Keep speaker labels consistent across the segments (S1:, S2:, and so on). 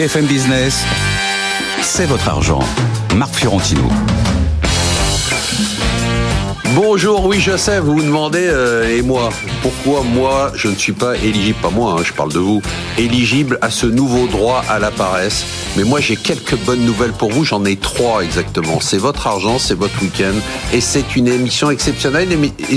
S1: BFM Business, c'est votre argent. Marc Fiorentino.
S2: Bonjour, oui je sais, vous vous demandez, et moi, pourquoi moi je ne suis pas éligible, pas moi, je parle de vous, éligible à ce nouveau droit à la paresse. Mais moi j'ai quelques bonnes nouvelles pour vous, j'en ai 3 exactement. C'est votre argent, c'est votre week-end, et c'est une émission exceptionnelle,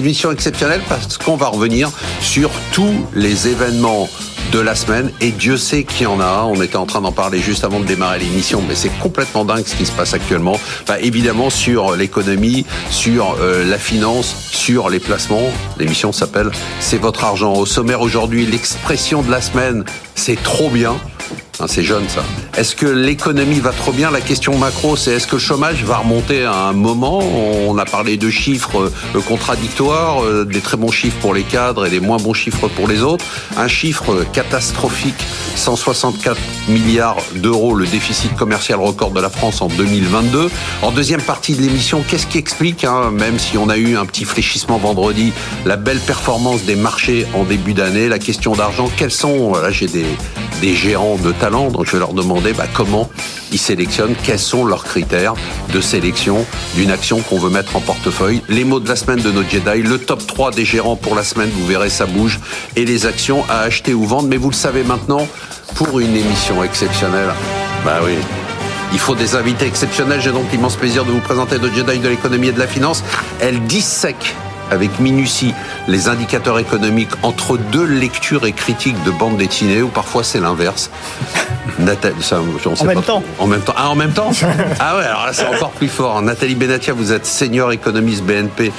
S2: parce qu'on va revenir sur tous les événements de la semaine, et Dieu sait qu'il y en a. On était en train d'en parler juste avant de démarrer l'émission, mais c'est complètement dingue ce qui se passe actuellement. Évidemment sur l'économie, sur la finance, sur les placements. L'émission s'appelle C'est votre argent. Au sommaire aujourd'hui, l'expression de la semaine, c'est trop bien. C'est jeune ça. Est-ce que l'économie va trop bien? La question macro, c'est est-ce que le chômage va remonter à un moment? On a parlé de chiffres contradictoires, des très bons chiffres pour les cadres et des moins bons chiffres pour les autres. Un chiffre catastrophique, 164 milliards d'euros, le déficit commercial record de la France en 2022. En deuxième partie de l'émission, qu'est-ce qui explique, même si on a eu un petit fléchissement vendredi, la belle performance des marchés en début d'année? La question d'argent, quels sont, là j'ai des géants de talent, donc je vais leur demander comment ils sélectionnent, quels sont leurs critères de sélection d'une action qu'on veut mettre en portefeuille. Les mots de la semaine de nos Jedi, le top 3 des gérants pour la semaine, vous verrez ça bouge, et les actions à acheter ou vendre. Mais vous le savez maintenant, pour une émission exceptionnelle, oui, il faut des invités exceptionnels. J'ai donc l'immense plaisir de vous présenter nos Jedi de l'économie et de la finance. Elle dissèque avec minutie les indicateurs économiques entre deux lectures et critiques de bande dessinée, ou parfois c'est l'inverse. Nathalie, en même temps. En même temps. Ah ouais, alors là c'est encore plus fort. Nathalie Benatia, vous êtes senior économiste BNP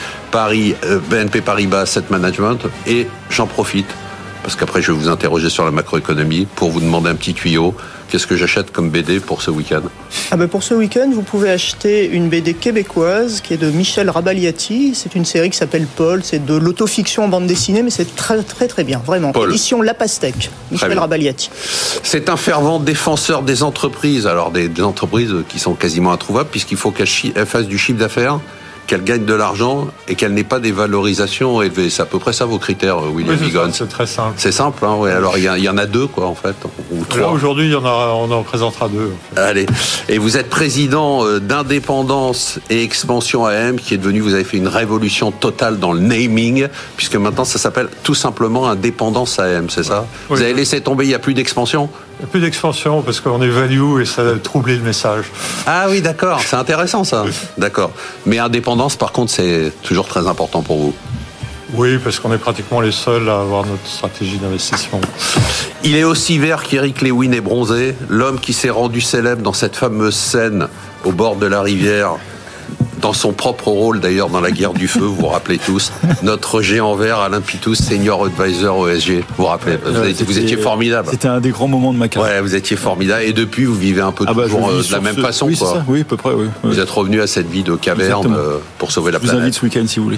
S2: Paribas Asset Management, et j'en profite parce qu'après je vais vous interroger sur la macroéconomie pour vous demander un petit tuyau. Qu'est-ce que j'achète comme BD pour ce week-end?
S3: Pour ce week-end, vous pouvez acheter une BD québécoise qui est de Michel Rabagliati. C'est une série qui s'appelle Paul. C'est de l'autofiction en bande dessinée, mais c'est très très très bien, vraiment.
S2: Paul.
S3: Édition La Pastèque, Michel Rabagliati.
S2: C'est un fervent défenseur des entreprises. Alors des entreprises qui sont quasiment introuvables, puisqu'il faut qu'elles fassent du chiffre d'affaires, qu'elle gagne de l'argent et qu'elle n'ait pas des valorisations élevées. C'est à peu près ça vos critères, William Bigon?
S4: C'est très simple.
S2: C'est simple, ouais. Alors il y en a 2, en fait, ou 3.
S4: Là, aujourd'hui, on en présentera 2. En fait.
S2: Allez. Et vous êtes président d'Indépendance et Expansion AM, qui est devenu, vous avez fait une révolution totale dans le naming, puisque maintenant ça s'appelle tout simplement Indépendance AM, c'est ça?
S4: Oui.
S2: Vous avez laissé tomber, il n'y a plus d'expansion?
S4: Il n'y a plus d'expansion parce qu'on est value et ça a troublé le message.
S2: Ah oui, d'accord, c'est intéressant ça. D'accord. Mais indépendance, par contre, c'est toujours très important pour vous.
S4: Oui, parce qu'on est pratiquement les seuls à avoir notre stratégie d'investissement.
S2: Il est aussi vert qu'Eric Lewin est bronzé, l'homme qui s'est rendu célèbre dans cette fameuse scène au bord de la rivière, dans son propre rôle d'ailleurs dans la guerre du feu, vous vous rappelez tous, notre géant vert Alain Pitous, senior advisor au ESG, vous vous rappelez, vous étiez formidable.
S5: C'était un des grands moments de ma carrière.
S2: Ouais, vous étiez formidable, et depuis vous vivez un peu toujours de la même façon.
S5: Oui, c'est ça, oui, à peu près, oui.
S2: Vous êtes revenu à cette vie de caverne pour sauver la planète.
S5: Je vous invite ce week-end si vous voulez.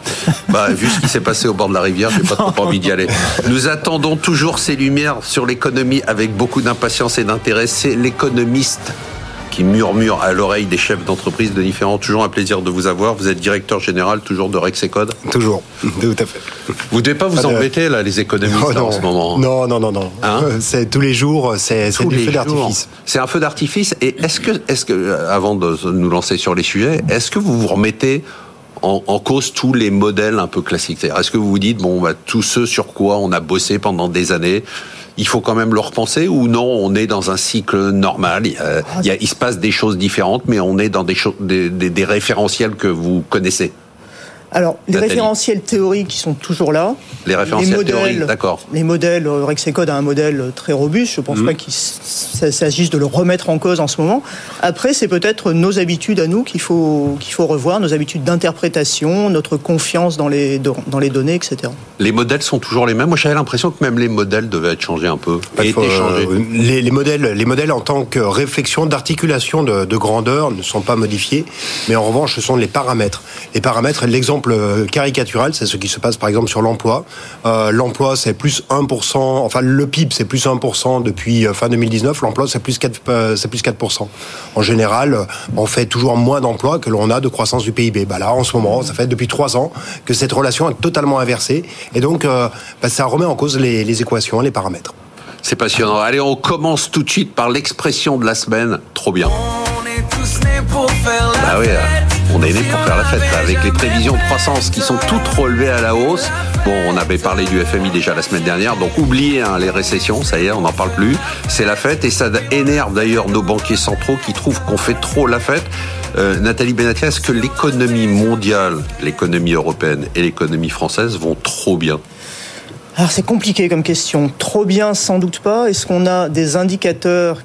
S2: Vu ce qui s'est passé au bord de la rivière, j'ai pas trop envie d'y aller. Nous attendons toujours ces lumières sur l'économie avec beaucoup d'impatience et d'intérêt. C'est l'économiste qui murmure à l'oreille des chefs d'entreprise. Denis Ferrand, toujours un plaisir de vous avoir. Vous êtes directeur général toujours de Rexecode.
S6: Toujours, tout à fait.
S2: Vous devez pas vous embêter là, les économistes en ce moment.
S6: Non. C'est tous les jours, c'est du feu d'artifice.
S2: C'est un feu d'artifice. Et est-ce que, avant de nous lancer sur les sujets, est-ce que vous vous remettez en cause tous les modèles un peu classiques? C'est-à-dire, est-ce que vous vous dites, tous ceux sur quoi on a bossé pendant des années, il faut quand même le repenser, ou non, on est dans un cycle normal, il se passe des choses différentes, mais on est dans des référentiels que vous connaissez?
S3: Alors, les référentiels théoriques qui sont toujours là.
S2: Les référentiels théoriques, d'accord.
S3: Les modèles, Rexecode a un modèle très robuste. Je ne pense pas qu'il s'agisse de le remettre en cause en ce moment. Après, c'est peut-être nos habitudes à nous qu'il faut revoir, nos habitudes d'interprétation, notre confiance dans les données, etc.
S2: Les modèles sont toujours les mêmes. Moi, j'avais l'impression que même les modèles devaient être changés un peu.
S6: Les modèles en tant que réflexion d'articulation de grandeur ne sont pas modifiés, mais en revanche, ce sont les paramètres. Les paramètres, l'exemple caricatural, c'est ce qui se passe par exemple sur l'emploi. L'emploi, c'est plus 1%, enfin le PIB, c'est plus 1% depuis fin 2019, l'emploi, c'est plus 4%. En général, on fait toujours moins d'emplois que l'on a de croissance du PIB. Là, en ce moment, ça fait depuis 3 ans que cette relation est totalement inversée, et donc ça remet en cause les équations, les paramètres.
S2: C'est passionnant. Allez, on commence tout de suite par l'expression de la semaine. Trop bien.
S7: On est tous nés pour faire la
S2: Bah oui,
S7: fête.
S2: on est né pour faire la fête, avec les prévisions de croissance qui sont toutes relevées à la hausse. Bon, on avait parlé du FMI déjà la semaine dernière, donc oubliez les récessions, ça y est, on n'en parle plus. C'est la fête et ça énerve d'ailleurs nos banquiers centraux qui trouvent qu'on fait trop la fête. Nathalie Benatia, est-ce que l'économie mondiale, l'économie européenne et l'économie française vont trop bien ?
S3: Alors c'est compliqué comme question. Trop bien, sans doute pas. Est-ce qu'on a des indicateurs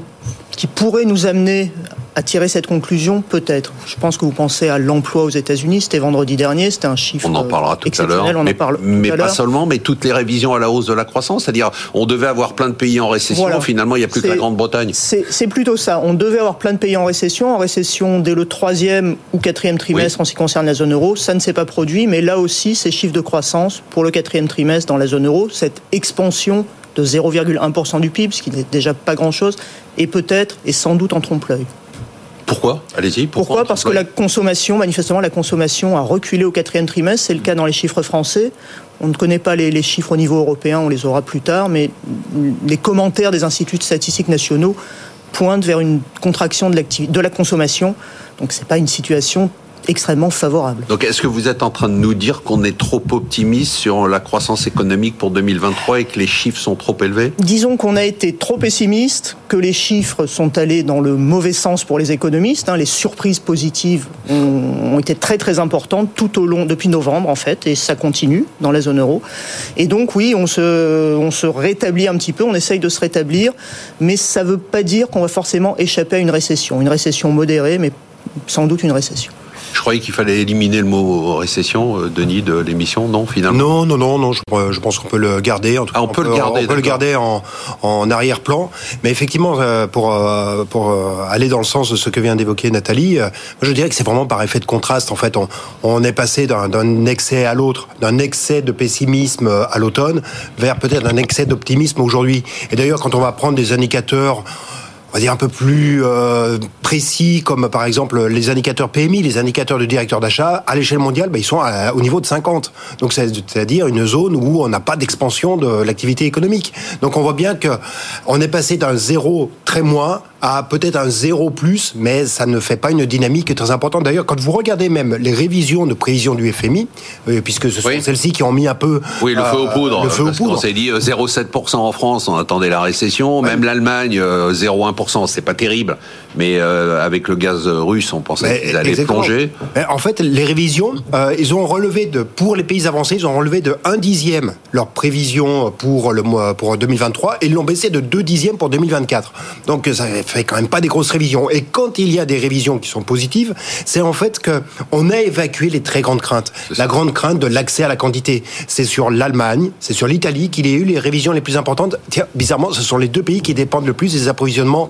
S3: qui pourraient nous amener à tirer cette conclusion? Peut-être. Je pense que vous pensez à l'emploi aux États-Unis. C'était vendredi dernier. C'était un chiffre
S2: on en parlera tout à l'heure.
S3: Mais
S2: pas seulement, mais toutes les révisions à la hausse de la croissance. C'est-à-dire, on devait avoir plein de pays en récession. Voilà. Finalement, il n'y a plus que la Grande-Bretagne.
S3: C'est plutôt ça. On devait avoir plein de pays en récession dès le 3e ou 4e trimestre en ce qui concerne la zone euro. Ça ne s'est pas produit. Mais là aussi, ces chiffres de croissance pour le 4e trimestre dans la zone euro, cette expansion de 0,1% du PIB, ce qui n'est déjà pas grand-chose, et peut-être et sans doute en trompe-l'œil.
S2: Pourquoi ? Allez-y.
S3: Pourquoi ? Parce que manifestement, la consommation a reculé au 4e trimestre. C'est le cas dans les chiffres français. On ne connaît pas les chiffres au niveau européen, on les aura plus tard, mais les commentaires des instituts statistiques nationaux pointent vers une contraction de la consommation. Donc c'est pas une situation extrêmement favorable.
S2: Donc est-ce que vous êtes en train de nous dire qu'on est trop optimiste sur la croissance économique pour 2023 et que les chiffres sont trop élevés ? Disons
S3: qu'on a été trop pessimiste, que les chiffres sont allés dans le mauvais sens pour les économistes. Les surprises positives ont été très très importantes tout au long, depuis novembre en fait, et ça continue dans la zone euro. Et donc oui, on se rétablit un petit peu, on essaye de se rétablir, mais ça ne veut pas dire qu'on va forcément échapper à une récession modérée, mais sans doute une récession.
S2: Je croyais qu'il fallait éliminer le mot récession, Denis, de l'émission, non, finalement ?
S6: Non, je pense qu'on peut le garder. En tout cas,
S2: on peut le garder
S6: en arrière-plan. Mais effectivement, pour aller dans le sens de ce que vient d'évoquer Nathalie, moi je dirais que c'est vraiment par effet de contraste. En fait, on est passé d'un excès à l'autre, d'un excès de pessimisme à l'automne, vers peut-être un excès d'optimisme aujourd'hui. Et d'ailleurs, quand on va prendre des indicateurs, on va dire un peu plus précis, comme par exemple les indicateurs PMI, les indicateurs de directeur d'achat, à l'échelle mondiale, ils sont au niveau de 50. Donc c'est-à-dire une zone où on n'a pas d'expansion de l'activité économique. Donc on voit bien que on est passé d'un 0 très moins à peut-être un 0 plus, mais ça ne fait pas une dynamique très importante. D'ailleurs, quand vous regardez même les révisions de prévision du FMI, puisque ce sont celles-ci qui ont mis un peu...
S2: Oui, le feu aux poudres. On s'est dit 0,7% en France, on attendait la récession. Même l'Allemagne, 0,1%, c'est pas terrible. Mais avec le gaz russe, on pensait qu'ils allaient plonger.
S6: En fait, les révisions, ils ont relevé pour les pays avancés, ils ont relevé de 1/10 leur prévision pour 2023 et ils l'ont baissé de 2/10 pour 2024. Donc ça fait quand même pas des grosses révisions. Et quand il y a des révisions qui sont positives, c'est en fait que on a évacué les très grandes craintes. La grande crainte de l'accès à la quantité, c'est sur l'Allemagne, c'est sur l'Italie qu'il y a eu les révisions les plus importantes. Tiens, bizarrement, ce sont les deux pays qui dépendent le plus des approvisionnements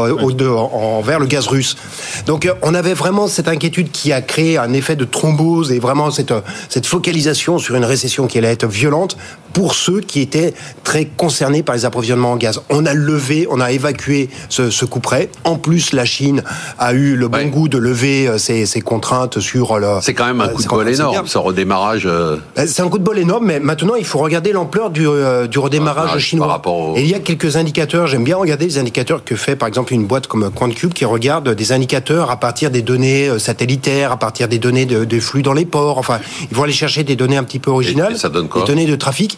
S6: vers le gaz russe. Donc on avait vraiment cette inquiétude qui a créé un effet de thrombose et vraiment cette focalisation sur une récession qui allait être violente pour ceux qui étaient très concernés par les approvisionnements en gaz. On a évacué ce coup près. En plus, la Chine a eu le bon goût de lever ses contraintes sur le...
S2: C'est quand même un coup de bol énorme, ce redémarrage.
S6: C'est un coup de bol énorme, mais maintenant, il faut regarder l'ampleur du redémarrage chinois. Et il y a quelques indicateurs. J'aime bien regarder les indicateurs que fait, par exemple, une boîte comme QuantCube qui regarde des indicateurs à partir des données satellitaires, à partir des données de flux dans les ports. Enfin, ils vont aller chercher des données un petit peu originales.
S2: Et ça donne quoi ?
S6: Des données de trafic.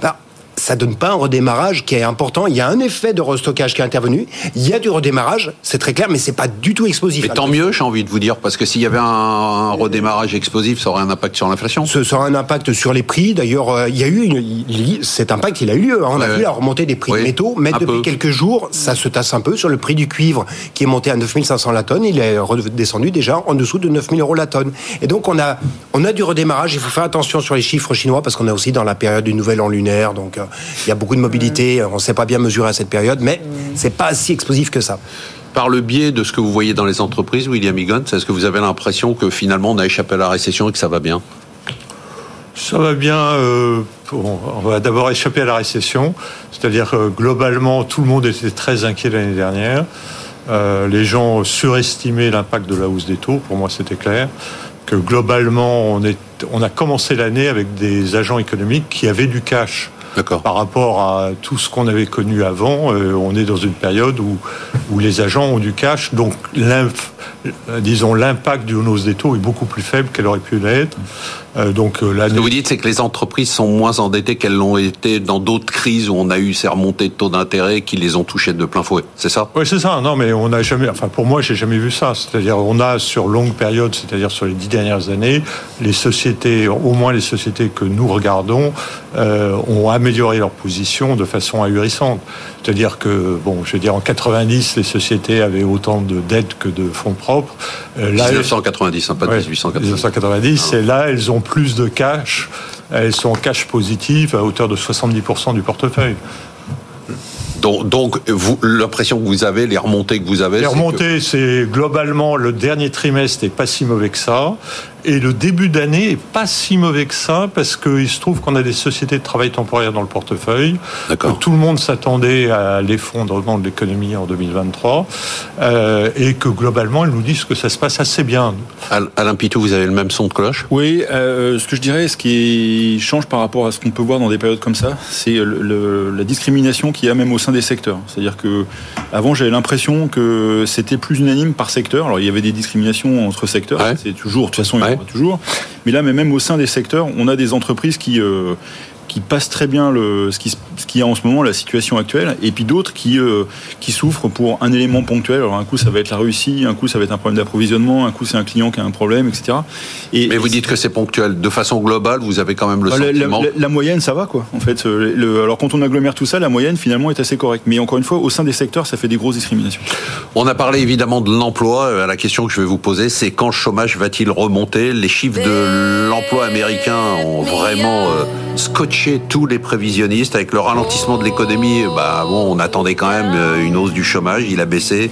S6: Ça donne pas un redémarrage qui est important. Il y a un effet de restockage qui est intervenu. Il y a du redémarrage, c'est très clair, mais c'est pas du tout explosif.
S2: Mais tant mieux, j'ai envie de vous dire, parce que s'il y avait un redémarrage explosif, ça aurait un impact sur l'inflation.
S6: Ça aurait un impact sur les prix. D'ailleurs, il y a eu cet impact, il a eu lieu. On a vu la remontée des prix de métaux, mais depuis quelques jours, ça se tasse un peu sur le prix du cuivre, qui est monté à 9 500 la tonne. Il est redescendu déjà en dessous de 9 000 € la tonne. Et donc, on a du redémarrage. Il faut faire attention sur les chiffres chinois, parce qu'on est aussi dans la période du nouvel an lunaire, donc il y a beaucoup de mobilité, on ne sait pas bien mesurer à cette période, mais c'est pas si explosif que ça.
S2: Par le biais de ce que vous voyez dans les entreprises, William Higgins, est-ce que vous avez l'impression que finalement on a échappé à la récession et que ça va bien ?
S4: Ça va bien. On va d'abord échapper à la récession, c'est-à-dire que globalement tout le monde était très inquiet l'année dernière. Les gens surestimaient l'impact de la hausse des taux, pour moi c'était clair. Que globalement on a commencé l'année avec des agents économiques qui avaient du cash
S2: D'accord.
S4: Par rapport à tout ce qu'on avait connu avant, on est dans une période où les agents ont du cash, donc l'impact d'une hausse des taux est beaucoup plus faible qu'elle aurait pu l'être. Donc
S2: ce que vous dites, c'est que les entreprises sont moins endettées qu'elles l'ont été dans d'autres crises où on a eu ces remontées de taux d'intérêt qui les ont touchées de plein fouet. C'est ça ?
S4: Oui, c'est ça. Non, mais on n'a jamais. Enfin, pour moi, j'ai jamais vu ça. C'est-à-dire, on a sur longue période, c'est-à-dire sur les 10 dernières années, les sociétés, au moins les sociétés que nous regardons, ont amélioré leur position de façon ahurissante. C'est-à-dire que, en 90, les sociétés avaient autant de dettes que de fonds propres.
S2: Là, 1990, pas 1890.
S4: 1990, et là, elles ont plus de cash. Elles sont en cash positif à hauteur de 70% du portefeuille.
S2: Donc l'impression que vous avez, les remontées que vous avez...
S4: Les remontées, c'est globalement, le dernier trimestre n'est pas si mauvais que ça. Et le début d'année est pas si mauvais que ça, parce qu'il se trouve qu'on a des sociétés de travail temporaire dans le portefeuille.
S2: D'accord.
S4: Tout le monde s'attendait à l'effondrement de l'économie en 2023. Et que globalement, ils nous disent que ça se passe assez bien.
S2: Alain Pitou, vous avez le même son de cloche ?
S5: Oui, ce que je dirais, ce qui change par rapport à ce qu'on peut voir dans des périodes comme ça, c'est la discrimination qu'il y a même au sein des secteurs. C'est-à-dire que avant, j'avais l'impression que c'était plus unanime par secteur. Alors, il y avait des discriminations entre secteurs. Ouais. C'est toujours, de toute façon, il y en aura toujours. Mais là, même au sein des secteurs, on a des entreprises qui passent très bien ce qu'il y a en ce moment, la situation actuelle, et puis d'autres qui souffrent pour un élément ponctuel. Alors un coup, ça va être la Russie, un coup, ça va être un problème d'approvisionnement, un coup, c'est un client qui a un problème, etc. Mais
S2: vous dites que c'est ponctuel. De façon globale, vous avez quand même le sentiment...
S5: La moyenne, ça va, quoi. En fait, alors quand on agglomère tout ça, la moyenne, finalement, est assez correcte. Mais encore une fois, au sein des secteurs, ça fait des grosses discriminations.
S2: On a parlé évidemment de l'emploi. La question que je vais vous poser, c'est quand le chômage va-t-il remonter ? Les chiffres de l'emploi américain ont vraiment scotché tous les prévisionnistes. Avec le ralentissement de l'économie, on attendait quand même une hausse du chômage. Il a baissé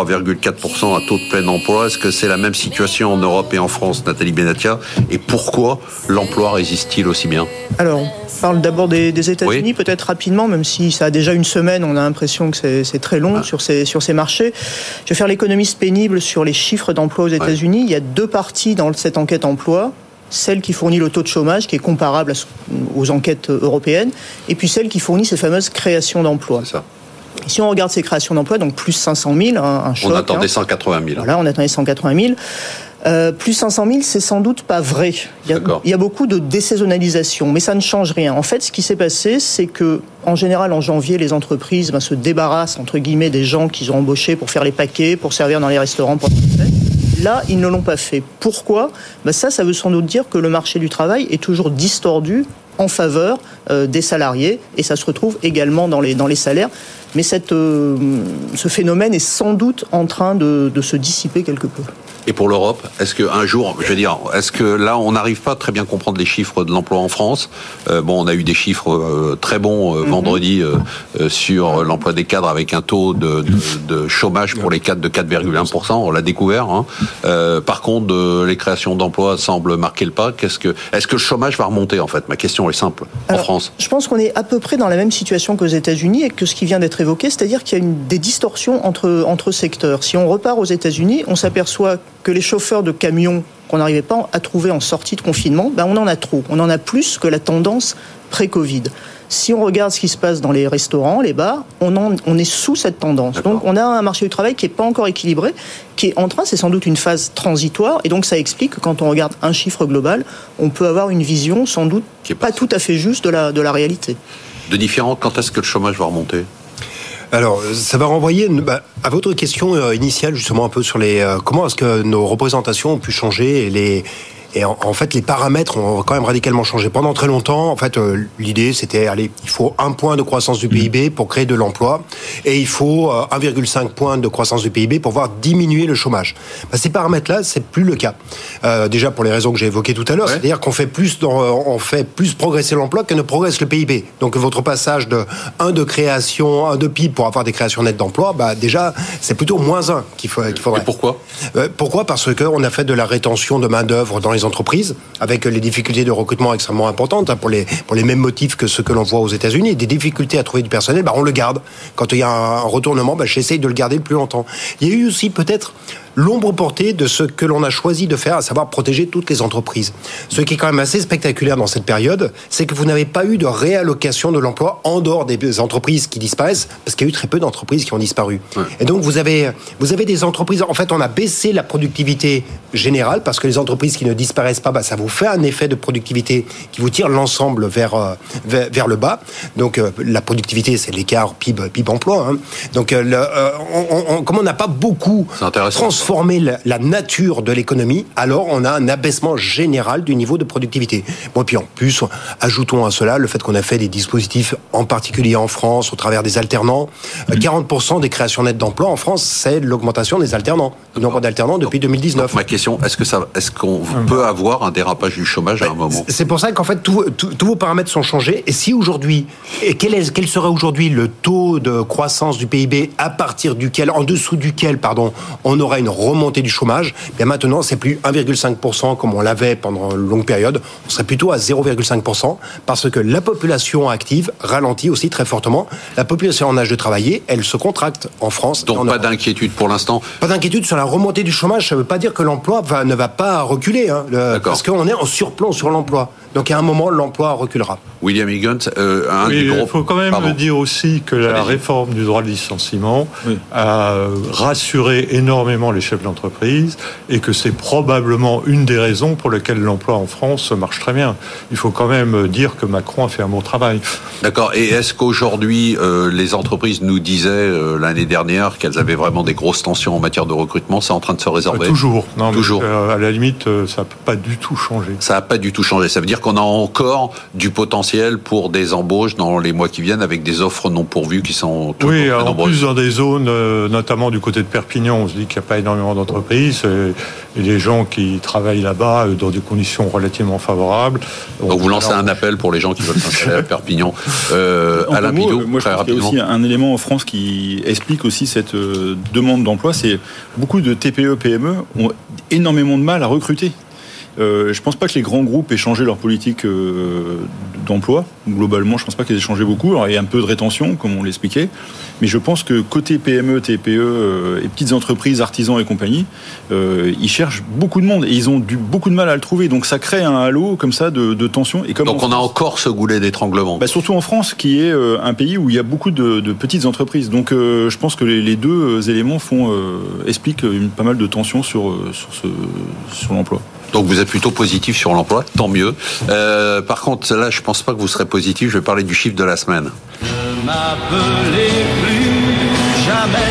S2: 3,4% à taux de plein emploi. Est-ce que c'est la même situation en Europe et en France, Nathalie Benatia ? Et pourquoi l'emploi résiste-t-il aussi bien ?
S3: Alors, on parle d'abord des États-Unis, peut-être rapidement, même si ça a déjà une semaine, on a l'impression que c'est très long sur ces marchés. Je vais faire l'économiste pénible sur les chiffres d'emploi aux États-Unis. Il y a deux parties dans cette enquête emploi. Celle qui fournit le taux de chômage, qui est comparable aux enquêtes européennes, et puis celle qui fournit ces fameuses créations d'emplois.
S2: C'est ça.
S3: Et si on regarde ces créations d'emplois, donc plus 500 000, un choc.
S2: On attendait 180 000.
S3: Voilà, on attendait 180 000. Plus 500 000, c'est sans doute pas vrai. Il y a beaucoup de désaisonnalisation, mais ça ne change rien. En fait, ce qui s'est passé, c'est que, en général, en janvier, les entreprises se débarrassent, entre guillemets, des gens qu'ils ont embauchés pour faire les paquets, pour servir dans les restaurants, pour les fêtes. Là, ils ne l'ont pas fait. Pourquoi ? Ça veut sans doute dire que le marché du travail est toujours distordu en faveur des salariés, et ça se retrouve également dans les salaires. Mais ce phénomène est sans doute en train de se dissiper quelque peu.
S2: Et pour l'Europe, est-ce qu'un jour, est-ce que là, on n'arrive pas à très bien comprendre les chiffres de l'emploi en France ? On a eu des chiffres très bons vendredi sur l'emploi des cadres avec un taux de chômage pour les cadres de 4,1%, on l'a découvert. Par contre, les créations d'emplois semblent marquer le pas. Est-ce que le chômage va remonter, en fait ? Ma question est simple, en France.
S3: Je pense qu'on est à peu près dans la même situation qu'aux États-Unis et que ce qui vient d'être évoqué, c'est-à-dire qu'il y a des distorsions entre secteurs. Si on repart aux États-Unis, on s'aperçoit que les chauffeurs de camions qu'on n'arrivait pas à trouver en sortie de confinement, on en a trop. On en a plus que la tendance pré-Covid. Si on regarde ce qui se passe dans les restaurants, les bars, on est sous cette tendance.
S2: D'accord.
S3: Donc on a un marché du travail qui n'est pas encore équilibré, qui est en train, c'est sans doute une phase transitoire, et donc ça explique que quand on regarde un chiffre global, on peut avoir une vision sans doute pas tout à fait juste de la réalité.
S2: De différent, quand est-ce que le chômage va remonter ?
S6: Alors, ça va renvoyer à votre question initiale, justement, un peu sur comment est-ce que nos représentations ont pu changer et en fait, les paramètres ont quand même radicalement changé. Pendant très longtemps, en fait, l'idée, c'était, il faut 1 point de croissance du PIB pour créer de l'emploi, et il faut 1,5 point de croissance du PIB pour voir diminuer le chômage. Ces paramètres-là, c'est plus le cas. Déjà, pour les raisons que j'ai évoquées tout à l'heure, c'est-à-dire qu'on fait plus progresser l'emploi que ne progresse le PIB. Donc, votre passage de 1 de création, 1 de PIB pour avoir des créations nettes d'emploi, déjà, c'est plutôt moins 1 qu'il faudrait.
S2: Et pourquoi ?
S6: Pourquoi ? Parce qu'on a fait de la rétention de main-d'œuvre dans les entreprises, avec les difficultés de recrutement extrêmement importantes, pour les mêmes motifs que ceux que l'on voit aux États-Unis, des difficultés à trouver du personnel, on le garde. Quand il y a un retournement, j'essaye de le garder le plus longtemps. Il y a eu aussi peut-être l'ombre portée de ce que l'on a choisi de faire, à savoir protéger toutes les entreprises. Ce qui est quand même assez spectaculaire dans cette période, c'est que vous n'avez pas eu de réallocation de l'emploi en dehors des entreprises qui disparaissent, parce qu'il y a eu très peu d'entreprises qui ont disparu. Ouais. Et donc vous avez des entreprises, en fait on a baissé la productivité générale, parce que les entreprises qui ne disparaissent pas, ça vous fait un effet de productivité qui vous tire l'ensemble vers le bas. Donc la productivité, c'est l'écart PIB-emploi. Hein. Donc comme on n'a pas beaucoup transformé la nature de l'économie, alors on a un abaissement général du niveau de productivité. Bon, et puis en plus, ajoutons à cela le fait qu'on a fait des dispositifs, en particulier en France, au travers des alternants. 40% des créations nettes d'emplois en France, c'est l'augmentation des alternants, le nombre d'alternants depuis 2019.
S2: Donc, ma question, est-ce qu'on peut avoir un dérapage du chômage à un moment ?
S6: C'est pour ça qu'en fait, tous vos paramètres sont changés. Et si aujourd'hui, quel serait aujourd'hui le taux de croissance du PIB en dessous duquel, on aura une remontée du chômage, bien maintenant, c'est plus 1,5% comme on l'avait pendant une longue période. On serait plutôt à 0,5% parce que la population active ralentit aussi très fortement. La population en âge de travailler, elle se contracte en France.
S2: Donc pas d'inquiétude pour l'instant.
S6: Pas d'inquiétude sur la remontée du chômage. Ça ne veut pas dire que l'emploi ne va pas reculer, parce qu'on est en surplomb sur l'emploi. Donc à un moment, l'emploi reculera.
S2: William Higgins,
S4: il faut quand même dire aussi que la réforme du droit de licenciement a rassuré énormément les chefs d'entreprise et que c'est probablement une des raisons pour lesquelles l'emploi en France marche très bien. Il faut quand même dire que Macron a fait un bon travail.
S2: D'accord. Et est-ce qu'aujourd'hui, les entreprises nous disaient l'année dernière qu'elles avaient vraiment des grosses tensions en matière de recrutement ? C'est en train de se résorber ?
S4: Toujours. Non,
S2: toujours.
S4: À la limite, ça n'a pas du tout changé.
S2: Ça n'a pas du tout changé. Ça veut dire qu'on a encore du potentiel pour des embauches dans les mois qui viennent avec des offres non pourvues qui sont toujours très nombreuses.
S4: En plus dans des zones, notamment du côté de Perpignan, on se dit qu'il n'y a pas énormément d'entreprises et les gens qui travaillent là-bas dans des conditions relativement favorables.
S2: Donc vous lancez un appel pour les gens qui veulent s'installer à Perpignan. Alain Pidot,
S5: moi je pense qu'il y a aussi un élément en France qui explique aussi cette demande d'emploi, c'est beaucoup de TPE, PME ont énormément de mal à recruter. Je pense pas que les grands groupes aient changé leur politique d'emploi. Globalement, je pense pas qu'ils aient changé beaucoup. Alors, il y a un peu de rétention, comme on l'expliquait. Mais je pense que côté PME, TPE et petites entreprises, artisans et compagnie, ils cherchent beaucoup de monde et ils ont beaucoup de mal à le trouver. Donc ça crée un halo comme ça de tension. Et comme
S2: donc on a encore ce goulet d'étranglement.
S5: Surtout en France, qui est un pays où il y a beaucoup de petites entreprises. Donc je pense que les deux éléments expliquent pas mal de tensions sur l'emploi.
S2: Donc vous êtes plutôt positif sur l'emploi, tant mieux. Par contre, là, je pense pas que vous serez positif. Je vais parler du chiffre de la semaine.
S7: Ne m'appelez plus jamais.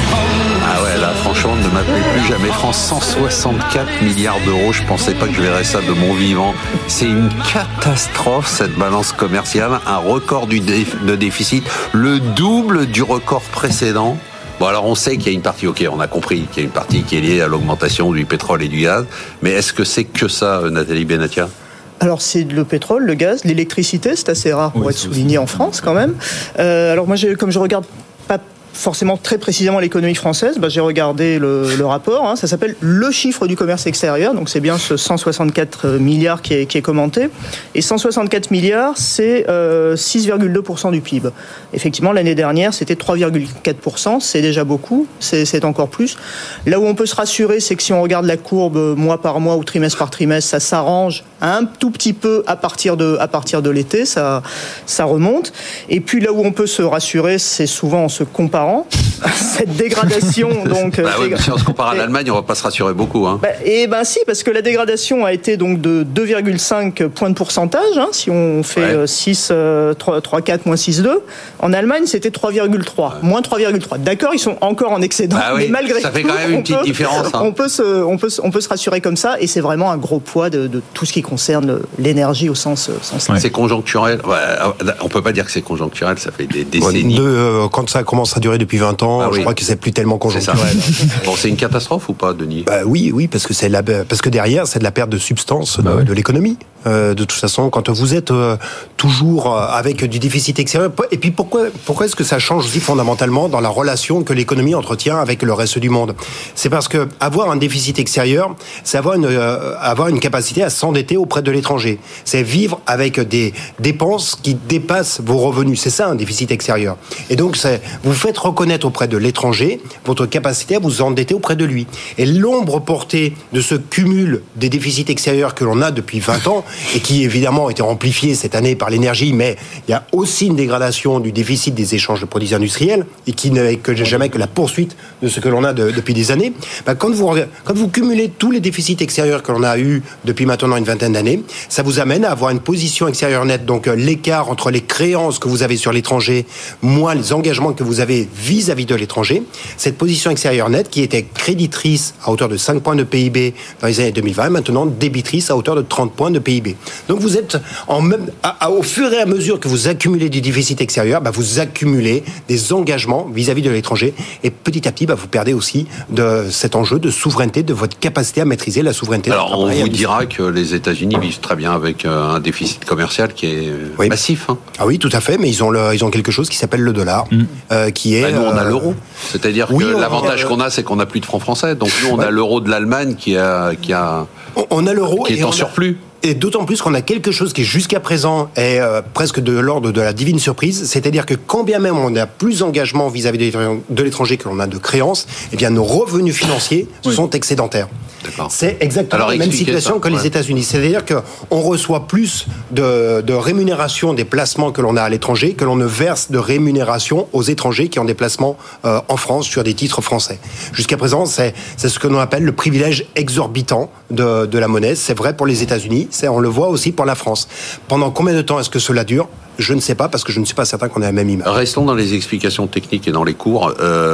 S2: Ah ouais, là, franchement, ne m'appelez plus jamais France. 164 milliards d'euros. Je pensais pas que je verrais ça de mon vivant. C'est une catastrophe, cette balance commerciale. Un record de déficit, le double du record précédent. Bon, alors on sait qu'il y a une partie, on a compris qu'il y a une partie qui est liée à l'augmentation du pétrole et du gaz, mais est-ce que c'est que ça, Nathalie Benatia ?
S3: Alors c'est le pétrole, le gaz, l'électricité, c'est assez rare pour être souligné en France quand même. Alors moi, comme je regarde pas forcément très précisément l'économie française, j'ai regardé le rapport, ça s'appelle le chiffre du commerce extérieur, donc c'est bien ce 164 milliards qui est commenté, et 164 milliards c'est 6,2% du PIB. Effectivement l'année dernière c'était 3,4%, c'est déjà beaucoup, c'est encore plus. Là où on peut se rassurer, c'est que si on regarde la courbe mois par mois ou trimestre par trimestre, ça s'arrange un tout petit peu à partir de l'été, ça remonte, et puis là où on peut se rassurer, c'est souvent en se comparant cette dégradation. Donc,
S2: si on se compare à l'Allemagne, on ne va pas se rassurer beaucoup.
S3: Si, parce que la dégradation a été donc de 2,5 points de pourcentage. Si on fait 6, 3, 4, moins 6,2. En Allemagne, c'était 3,3. Moins 3,3. D'accord, ils sont encore en excédent, mais malgré
S2: ça
S3: tout,
S2: fait quand même une petite différence.
S3: On peut se rassurer comme ça, et c'est vraiment un gros poids de tout ce qui concerne l'énergie au sens large.
S2: C'est conjoncturel. On ne peut pas dire que c'est conjoncturel, ça fait des décennies.
S6: Quand ça commence à durer depuis 20 ans, je crois que c'est plus tellement conjoncturel.
S2: Bon, c'est une catastrophe ou pas, Denis ?
S6: Oui, parce que derrière, c'est de la perte de substance de l'économie. De toute façon, quand vous êtes toujours avec du déficit extérieur, et puis pourquoi est-ce que ça change aussi fondamentalement dans la relation que l'économie entretient avec le reste du monde? C'est parce que avoir un déficit extérieur, c'est avoir une capacité à s'endetter auprès de l'étranger. C'est vivre avec des dépenses qui dépassent vos revenus. C'est ça un déficit extérieur. Et donc vous faites reconnaître auprès de l'étranger votre capacité à vous endetter auprès de lui. Et l'ombre portée de ce cumul des déficits extérieurs que l'on a depuis 20 ans et qui évidemment a été amplifié cette année par l'énergie, mais il y a aussi une dégradation du déficit des échanges de produits industriels et qui n'est que jamais que la poursuite de ce que l'on a depuis des années. Quand vous cumulez tous les déficits extérieurs que l'on a eu depuis maintenant une vingtaine d'années, ça vous amène à avoir une position extérieure nette, donc l'écart entre les créances que vous avez sur l'étranger moins les engagements que vous avez vis-à-vis de l'étranger. Cette position extérieure nette qui était créditrice à hauteur de 5 points de PIB dans les années 2020, maintenant débitrice à hauteur de 30 points de PIB. Donc vous êtes au fur et à mesure que vous accumulez du déficit extérieur, vous accumulez des engagements vis-à-vis de l'étranger et petit à petit vous perdez aussi de cet enjeu de souveraineté, de votre capacité à maîtriser la souveraineté.
S2: Alors on vous dira que les États-Unis vivent très bien avec un déficit commercial qui est massif. Hein.
S6: Ah oui, tout à fait, mais ils ont quelque chose qui s'appelle le dollar, qui est...
S2: nous on a l'euro, c'est-à-dire que l'avantage qu'on a, c'est qu'on n'a plus de francs français, donc nous on a l'euro de l'Allemagne qui
S6: on a l'euro
S2: qui est en surplus.
S6: Et d'autant plus qu'on a quelque chose qui jusqu'à présent est presque de l'ordre de la divine surprise, c'est-à-dire que quand bien même on a plus d'engagement vis-à-vis de l'étranger que l'on a de créances, eh bien nos revenus financiers sont excédentaires.
S2: D'accord.
S6: C'est exactement la même situation que les États-Unis. C'est-à-dire qu'on reçoit plus de rémunération des placements que l'on a à l'étranger que l'on ne verse de rémunération aux étrangers qui ont des placements en France sur des titres français. Jusqu'à présent, c'est ce que l'on appelle le privilège exorbitant de la monnaie. C'est vrai pour les États-Unis, on le voit aussi pour la France. Pendant combien de temps est-ce que cela dure ? Je ne sais pas, parce que je ne suis pas certain qu'on ait la même image.
S2: Restons dans les explications techniques et dans les cours.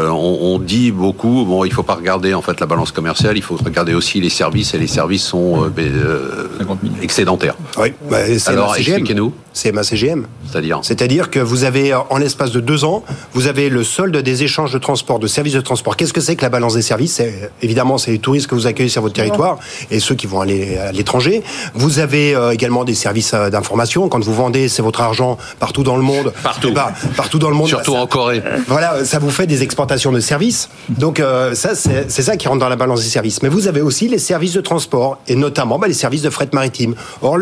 S2: On dit beaucoup, il ne faut pas regarder en fait la balance commerciale, il faut regarder aussi les services, et les services sont excédentaires.
S6: Oui, c'est
S2: alors expliquez-nous.
S6: C'est MACGM. C'est-à-dire que vous avez, en l'espace de 2 ans, vous avez le solde des échanges de transport, de services de transport. Qu'est-ce que c'est que la balance des services ? Évidemment, c'est les touristes que vous accueillez sur votre territoire et ceux qui vont aller à l'étranger. Vous avez également des services d'information. Quand vous vendez, c'est votre argent partout dans le monde. Partout dans le monde.
S2: Surtout en Corée.
S6: Voilà, ça vous fait des exportations de services. Donc ça, c'est ça qui rentre dans la balance des services. Mais vous avez aussi les services de transport et notamment les services de fret maritime. Or,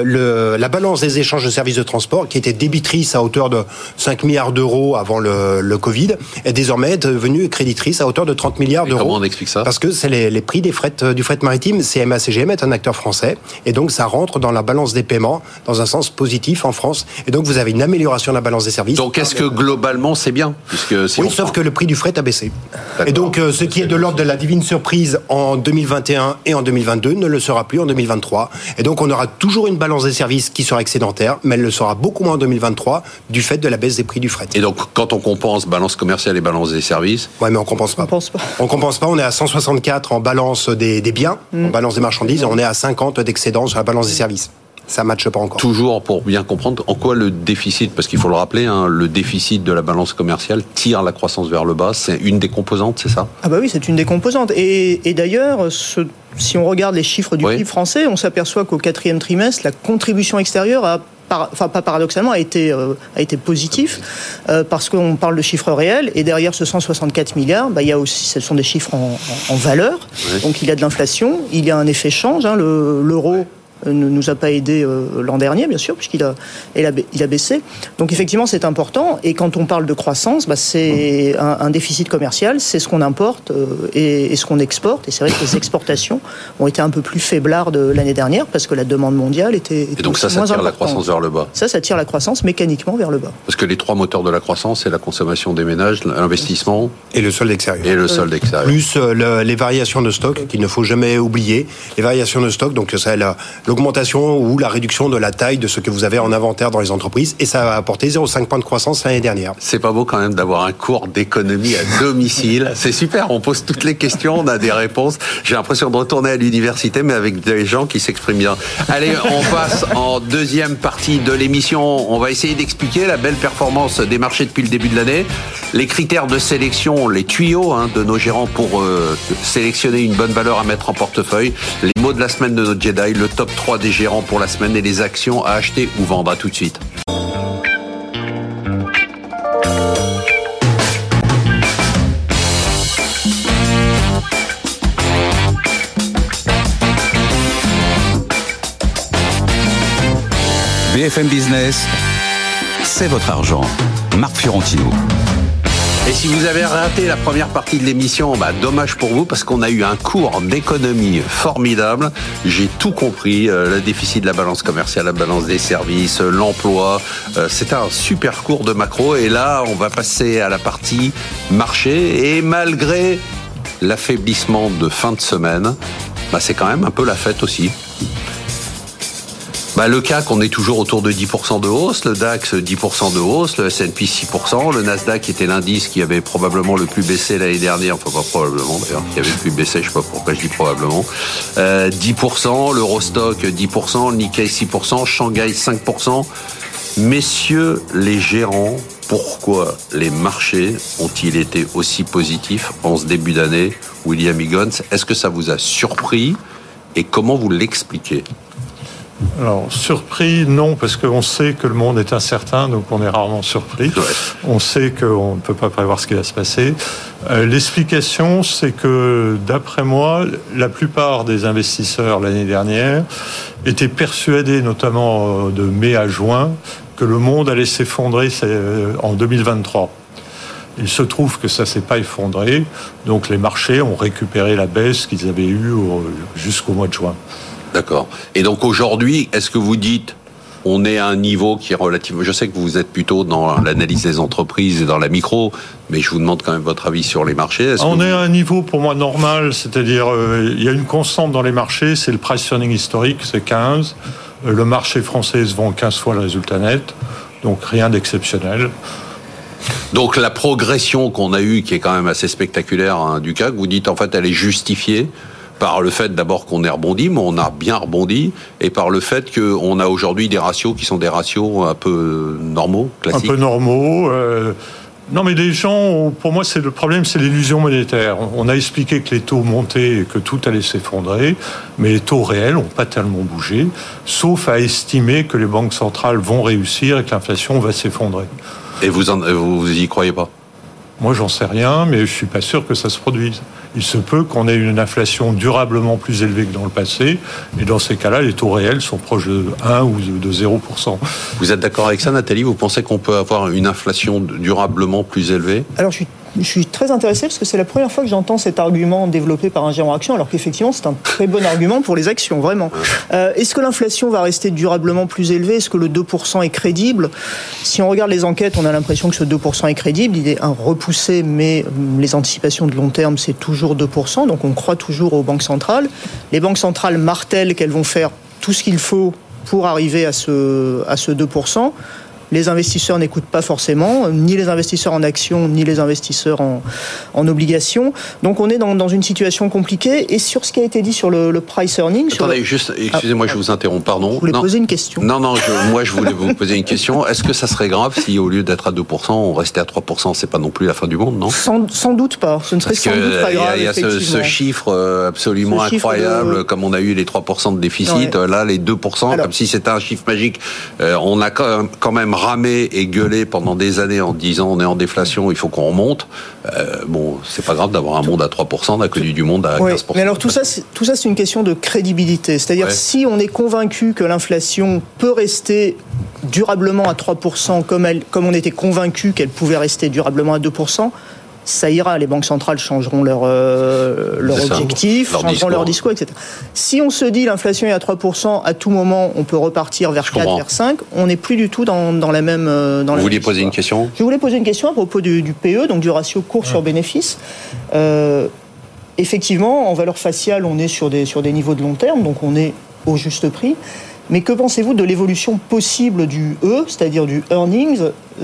S6: la balance des échanges de services de transport, qui était débitrice à hauteur de 5 milliards d'euros avant le Covid, est désormais devenue créditrice à hauteur de 30 milliards d'euros.
S2: Comment on explique ça ?
S6: Parce que c'est les prix du fret maritime. CMA-CGM est un acteur français et donc ça rentre dans la balance des paiements dans un sens positif en France. Et donc vous avez une amélioration de la balance des services.
S2: Donc est-ce que globalement c'est bien ?
S6: Oui, sauf que le prix du fret a baissé. D'accord. Et donc ce qui est de l'ordre de la divine surprise en 2021 et en 2022 ne le sera plus en 2023. Et donc on aura toujours une balance des services qui sera excédentaire, mais elle le sera beaucoup moins en 2023 du fait de la baisse des prix du fret.
S2: Et donc quand on compense balance commerciale et balance des services ?
S6: Ouais, mais on compense pas. On compense pas. On est à 164 en balance des biens, en balance des marchandises, et on est à 50 d'excédent sur la balance des services. Ça ne matche pas encore.
S2: Toujours pour bien comprendre en quoi le déficit, parce qu'il faut le rappeler, le déficit de la balance commerciale tire la croissance vers le bas. C'est une des composantes, c'est ça ?
S3: Ah bah oui, c'est une des composantes. Et d'ailleurs, si on regarde les chiffres du PIB français, on s'aperçoit qu'au 4e trimestre, la contribution extérieure pas paradoxalement, a été positif, parce qu'on parle de chiffres réels, et derrière ce 164 milliards, il y a aussi, ce sont des chiffres en valeur, donc il y a de l'inflation, il y a un effet change, l'euro ne nous a pas aidé l'an dernier, bien sûr, puisqu'il a baissé. Donc effectivement, c'est important. Et quand on parle de croissance, c'est un déficit commercial, c'est ce qu'on importe et ce qu'on exporte. Et c'est vrai que les exportations ont été un peu plus faiblardes l'année dernière parce que la demande mondiale était
S2: et donc ça tire la croissance vers le bas.
S3: Ça tire la croissance mécaniquement vers le bas.
S2: Parce que les 3 moteurs de la croissance, c'est la consommation des ménages, l'investissement
S6: et le solde extérieur. Plus les variations de stock qu'il ne faut jamais oublier. Les variations de stock, donc c'est l'augmentation ou la réduction de la taille de ce que vous avez en inventaire dans les entreprises, et ça a apporté 0,5 points de croissance l'année dernière.
S2: C'est pas beau quand même d'avoir un cours d'économie à domicile. C'est super, on pose toutes les questions, on a des réponses. J'ai l'impression de retourner à l'université, mais avec des gens qui s'expriment bien. Allez, on passe en deuxième partie de l'émission. On va essayer d'expliquer la belle performance des marchés depuis le début de l'année. Les critères de sélection, les tuyaux de nos gérants pour sélectionner une bonne valeur à mettre en portefeuille, les mots de la semaine de notre Jedi, le top 3 des gérants pour la semaine et les actions à acheter ou vendre. À tout de suite.
S1: BFM Business, c'est votre argent. Marc Fiorentino.
S2: Et si vous avez raté la première partie de l'émission, dommage pour vous parce qu'on a eu un cours d'économie formidable. J'ai tout compris, le déficit de la balance commerciale, la balance des services, l'emploi. C'était un super cours de macro et là, on va passer à la partie marché et malgré l'affaiblissement de fin de semaine, c'est quand même un peu la fête aussi. Le CAC, on est toujours autour de 10% de hausse, le DAX 10% de hausse, le S&P 6%, le Nasdaq était l'indice qui avait probablement le plus baissé l'année dernière, enfin pas probablement d'ailleurs, qui avait le plus baissé, je sais pas pourquoi je dis probablement, 10%, l'Eurostock 10%, le Nikkei 6%, Shanghai 5%. Messieurs les gérants, pourquoi les marchés ont-ils été aussi positifs en ce début d'année? William Higgins, est-ce que ça vous a surpris et comment vous l'expliquez?
S4: Alors, surpris, non, parce qu'on sait que le monde est incertain, donc on est rarement surpris. Ouais. On sait qu'on ne peut pas prévoir ce qui va se passer. L'explication, c'est que, d'après moi, la plupart des investisseurs l'année dernière étaient persuadés, notamment de mai à juin, que le monde allait s'effondrer en 2023. Il se trouve que ça ne s'est pas effondré, donc les marchés ont récupéré la baisse qu'ils avaient eue jusqu'au mois de juin.
S2: D'accord. Et donc aujourd'hui, est-ce que vous dites on est à un niveau qui est relativement... Je sais que vous êtes plutôt dans l'analyse des entreprises et dans la micro, mais je vous demande quand même votre avis sur les marchés.
S4: On est à un niveau pour moi normal, c'est-à-dire il y a une constante dans les marchés, c'est le price earning historique, c'est 15. Le marché français se vend 15 fois le résultat net, donc rien d'exceptionnel.
S2: Donc la progression qu'on a eue, qui est quand même assez spectaculaire du CAC, vous dites en fait elle est justifiée par le fait d'abord qu'on ait rebondi, mais on a bien rebondi, et par le fait qu'on a aujourd'hui des ratios qui sont des ratios un peu normaux, classiques.
S4: Un peu normaux. Non, mais les gens, pour moi, le problème, c'est l'illusion monétaire. On a expliqué que les taux montaient et que tout allait s'effondrer, mais les taux réels n'ont pas tellement bougé, sauf à estimer que les banques centrales vont réussir et que l'inflation va s'effondrer.
S2: Et vous y croyez pas ?
S4: Moi, j'en sais rien, mais je suis pas sûr que ça se produise. Il se peut qu'on ait une inflation durablement plus élevée que dans le passé, et dans ces cas-là, les taux réels sont proches de 1 ou de 0%.
S2: Vous êtes d'accord avec ça, Nathalie ? Vous pensez qu'on peut avoir une inflation durablement plus élevée ?
S3: Alors, je suis très intéressé parce que c'est la première fois que j'entends cet argument développé par un gérant action, alors qu'effectivement, c'est un très bon argument pour les actions, vraiment. Est-ce que l'inflation va rester durablement plus élevée ? Est-ce que le 2% est crédible ? Si on regarde les enquêtes, on a l'impression que ce 2% est crédible. Il est repoussé, mais les anticipations de long terme, c'est toujours 2%. Donc, on croit toujours aux banques centrales. Les banques centrales martèlent qu'elles vont faire tout ce qu'il faut pour arriver à ce 2%. Les investisseurs n'écoutent pas forcément, ni les investisseurs en actions, ni les investisseurs en obligations. Donc on est dans une situation compliquée. Et sur ce qui a été dit sur le price earning...
S2: Attendez, excusez-moi, je vous interromps, pardon.
S3: Vous voulez poser une question ?
S2: Non, moi je voulais vous poser une question. Est-ce que ça serait grave si au lieu d'être à 2%, on restait à 3%? C'est pas non plus la fin du monde, non ?
S3: Sans doute pas. Ce ne serait sans doute pas grave,
S2: il y a ce chiffre absolument incroyable, comme on a eu les 3% de déficit, là les 2%, alors, comme si c'était un chiffre magique. On a quand même ramé et gueulé pendant des années en disant on est en déflation, il faut qu'on remonte. C'est pas grave d'avoir un monde à 3%, on a connu du monde à 15%.
S3: Mais alors tout ça, c'est une question de crédibilité. C'est-à-dire si on est convaincu que l'inflation peut rester durablement à 3%, comme on était convaincu qu'elle pouvait rester durablement à 2%, ça ira, les banques centrales changeront leur objectif, changeront leur discours, etc. Si on se dit l'inflation est à 3%, à tout moment, on peut repartir vers 4, vers 5, on n'est plus du tout dans la même...
S2: Vous vouliez poser une question ?
S3: Je voulais poser une question à propos du PE, donc du ratio cours sur bénéfice. Effectivement, en valeur faciale, on est sur des niveaux de long terme, donc on est au juste prix. Mais que pensez-vous de l'évolution possible du E, c'est-à-dire du earnings,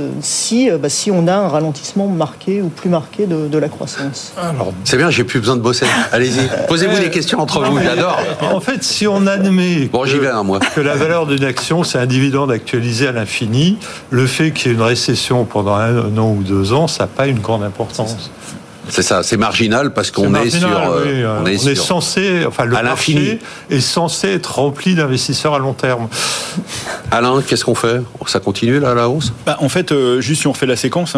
S3: si on a un ralentissement marqué ou plus marqué de la croissance?
S2: Alors, c'est bien, j'ai plus besoin de bosser. Allez-y, posez-vous des questions entre vous, j'adore.
S4: En fait, si on admet que la valeur d'une action, c'est un dividende actualisé à l'infini, le fait qu'il y ait une récession pendant un an ou 2 ans, ça n'a pas une grande importance.
S2: C'est ça, c'est marginal parce qu'on est sur...
S4: on est censé... Enfin, le marché est censé être rempli d'investisseurs à long terme.
S2: Alain, qu'est-ce qu'on fait? Ça continue là, la hausse?
S5: En fait, juste si on refait la séquence,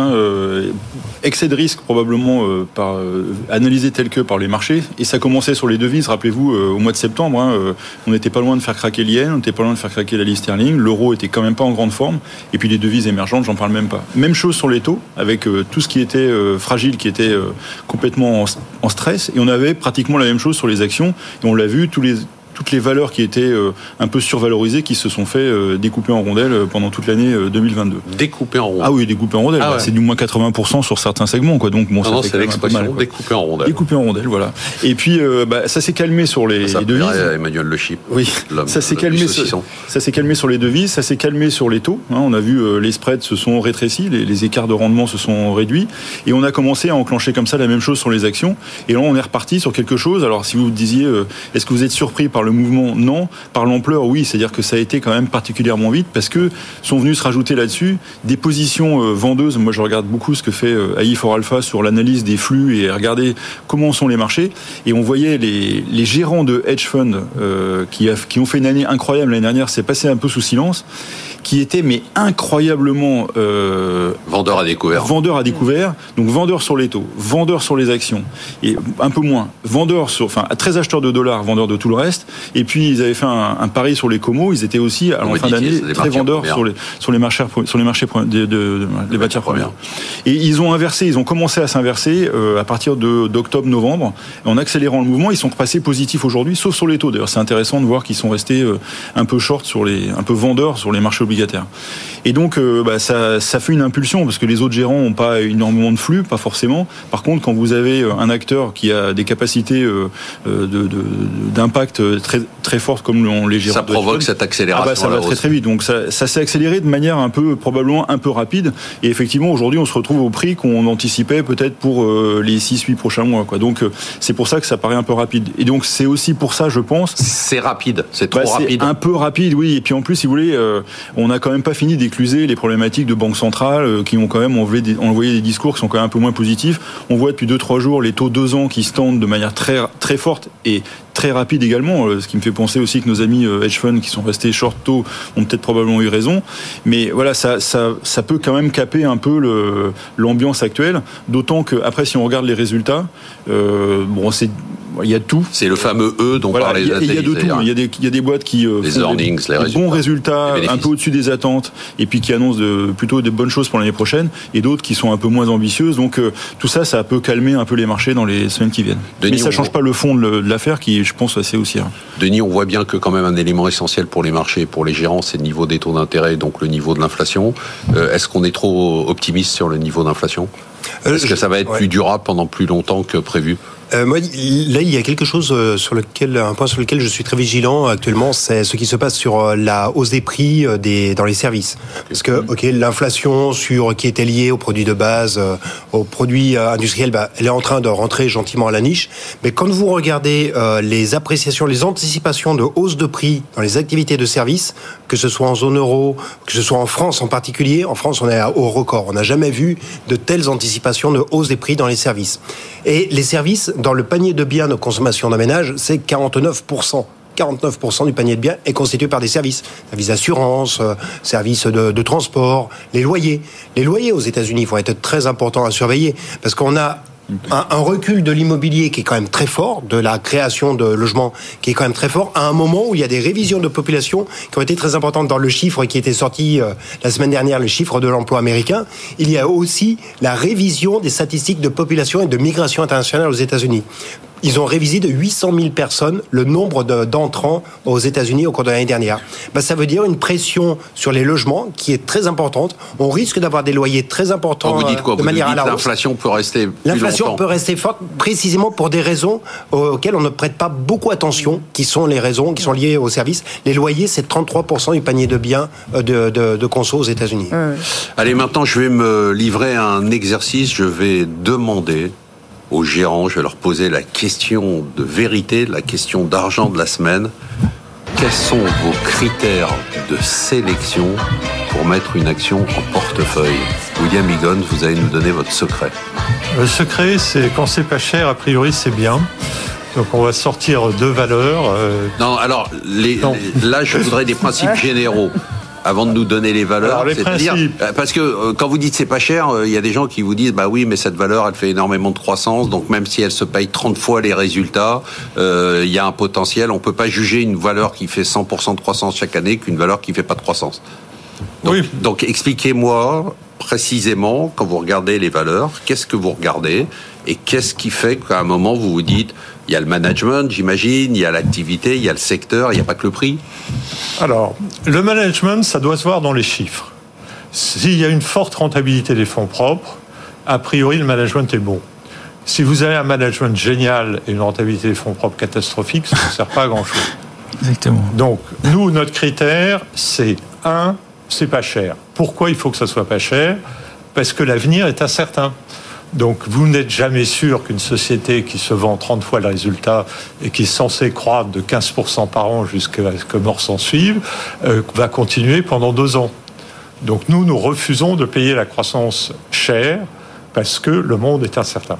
S5: excès de risque probablement analysé tel que par les marchés, et ça commençait sur les devises, rappelez-vous, au mois de septembre, on n'était pas loin de faire craquer l'yen, on n'était pas loin de faire craquer la livre sterling, l'euro était quand même pas en grande forme, et puis les devises émergentes, j'en parle même pas. Même chose sur les taux, avec tout ce qui était fragile, qui était complètement en stress, et on avait pratiquement la même chose sur les actions, et on l'a vu, toutes les valeurs qui étaient un peu survalorisées, qui se sont fait découper en rondelles pendant toute l'année 2022.
S2: Découper en rondelles?
S5: Ah oui, découper en rondelles. C'est du moins 80% sur certains segments, quoi. Donc bon,
S2: ça fait l'expression mal, découper en rondelles.
S5: Découper en rondelles, voilà. Et puis ça s'est calmé sur les devises.
S2: Emmanuel Le Chip.
S5: Oui. Ça s'est calmé. Ça s'est calmé sur les devises. Ça s'est calmé sur les taux. On a vu les spreads se sont rétrécis, les écarts de rendement se sont réduits, et on a commencé à enclencher comme ça la même chose sur les actions. Et là, on est reparti sur quelque chose. Alors, si vous disiez, est-ce que vous êtes surpris par le mouvement? Non. Par l'ampleur, oui. C'est-à-dire que ça a été quand même particulièrement vite, parce que sont venus se rajouter là-dessus des positions vendeuses. Moi, je regarde beaucoup ce que fait AI4Alpha sur l'analyse des flux et regarder comment sont les marchés. Et on voyait les gérants de hedge funds qui ont fait une année incroyable l'année dernière. C'est passé un peu sous silence, qui étaient incroyablement
S2: vendeurs à découvert.
S5: Vendeurs à découvert. Donc vendeurs sur les taux, vendeurs sur les actions, et un peu moins vendeurs très acheteurs de dollars, vendeurs de tout le reste. Et puis ils avaient fait un pari sur les comos. Ils étaient aussi en fin d'année très vendeurs sur les marchés des matières premières. Et ils ont commencé à s'inverser à partir d'octobre-novembre, en accélérant le mouvement. Ils sont repassés positifs aujourd'hui, sauf sur les taux. D'ailleurs, c'est intéressant de voir qu'ils sont restés un peu short un peu vendeurs sur les marchés obligataires. Et donc ça fait une impulsion, parce que les autres gérants n'ont pas énormément de flux, pas forcément. Par contre, quand vous avez un acteur qui a des capacités d'impact très, très fortes comme les gérants,
S2: ça provoque cette accélération.
S5: Ça va très très vite. Donc ça s'est accéléré de manière probablement un peu rapide. Et effectivement, aujourd'hui, on se retrouve au prix qu'on anticipait peut-être pour les 6-8 prochains mois, quoi. Donc c'est pour ça que ça paraît un peu rapide. Et donc c'est aussi pour ça, je pense.
S2: C'est rapide. C'est trop rapide.
S5: C'est un peu rapide, oui. Et puis en plus, si vous voulez, on n'a quand même pas fini d'écluser les problématiques de banques centrales qui ont quand même envoyé des discours qui sont quand même un peu moins positifs. On voit depuis 2-3 jours les taux 2 ans qui se tendent de manière très, très forte et très rapide également, ce qui me fait penser aussi que nos amis hedge funds qui sont restés short taux ont peut-être probablement eu raison. Mais voilà, ça peut quand même caper un peu l'ambiance actuelle, d'autant que après, si on regarde les résultats, il y a tout.
S2: C'est le fameux E dont parlait
S5: Nathalie. Il y a de tout. Il y a des boîtes qui font des bons résultats, un peu au-dessus des attentes, et puis qui annoncent plutôt des bonnes choses pour l'année prochaine, et d'autres qui sont un peu moins ambitieuses. Donc tout ça peut calmer un peu les marchés dans les semaines qui viennent. Mais ça ne change pas le fond de l'affaire, qui, je pense, assez haussière.
S2: Denis, on voit bien que quand même un élément essentiel pour les marchés, pour les gérants, c'est le niveau des taux d'intérêt, donc le niveau de l'inflation. Est-ce qu'on est trop optimiste sur le niveau d'inflation? Est-ce que ça va être plus durable pendant plus longtemps que prévu?
S6: Moi, là, il y a quelque chose un point sur lequel je suis très vigilant actuellement, c'est ce qui se passe sur la hausse des prix dans les services. Parce que, l'inflation qui était liée aux produits de base, aux produits industriels, elle est en train de rentrer gentiment à la niche. Mais quand vous regardez les appréciations, les anticipations de hausse de prix dans les activités de services, que ce soit en zone euro, que ce soit en France en particulier, en France, on est au record. On n'a jamais vu de telles anticipations de hausse des prix dans les services. Et les services, dans le panier de biens de consommation d'un ménage, c'est 49%. 49% du panier de biens est constitué par des services. Services d'assurance, services de transport, les loyers. Les loyers aux États-Unis vont être très importants à surveiller, parce qu'on a un recul de l'immobilier qui est quand même très fort, de la création de logements qui est quand même très fort, à un moment où il y a des révisions de population qui ont été très importantes. Dans le chiffre qui était sorti la semaine dernière, le chiffre de l'emploi américain, il y a aussi la révision des statistiques de population et de migration internationale aux États-Unis. ils ont révisé de 800 000 personnes le nombre d'entrants aux États-Unis au cours de l'année dernière. Ça veut dire une pression sur les logements qui est très importante. On risque d'avoir des loyers très importants.
S2: Vous dites quoi?
S6: De manière à la hausse.
S2: L'inflation peut rester plus
S6: L'inflation
S2: longtemps.
S6: peut rester forte précisément pour des raisons auxquelles on ne prête pas beaucoup attention, qui sont les raisons qui sont liées aux services. Les loyers, c'est 33% du panier de biens de conso aux États-Unis.
S2: Allez, maintenant, je vais me livrer à un exercice. Je vais demander aux gérants, je vais leur poser la question de vérité, la question d'argent de la semaine. Quels sont vos critères de sélection pour mettre une action en portefeuille? William Higgins, vous allez nous donner votre secret.
S4: Le secret, c'est quand c'est pas cher, a priori, c'est bien. Donc on va sortir deux valeurs.
S2: Non, alors, là, je voudrais des principes généraux. Avant de nous donner les valeurs,
S4: alors, les
S2: c'est-à-dire,
S4: principes.
S2: parce que quand vous dites c'est pas cher, il y a des gens qui vous disent bah oui, mais cette valeur elle fait énormément de croissance, donc même si elle se paye 30 fois les résultats, il y a un potentiel. On peut pas juger une valeur qui fait 100% de croissance chaque année qu'une valeur qui fait pas de croissance. Donc,
S4: oui.
S2: Donc expliquez-moi précisément quand vous regardez les valeurs, qu'est-ce que vous regardez et qu'est-ce qui fait qu'à un moment vous vous dites il y a le management, j'imagine, il y a l'activité, il y a le secteur, il n'y a pas que le prix.
S4: Alors, le management, ça doit se voir dans les chiffres. S'il y a une forte rentabilité des fonds propres, a priori, le management est bon. Si vous avez un management génial et une rentabilité des fonds propres catastrophique, ça ne sert pas à grand-chose.
S5: Exactement.
S4: Donc, nous, notre critère, c'est c'est pas cher. Pourquoi il faut que ça soit pas cher? Parce que l'avenir est incertain. Donc, vous n'êtes jamais sûr qu'une société qui se vend 30 fois le résultat et qui est censée croître de 15% par an jusqu'à ce que mort s'en suive, va continuer pendant 2 ans. Donc, nous refusons de payer la croissance chère parce que le monde est incertain.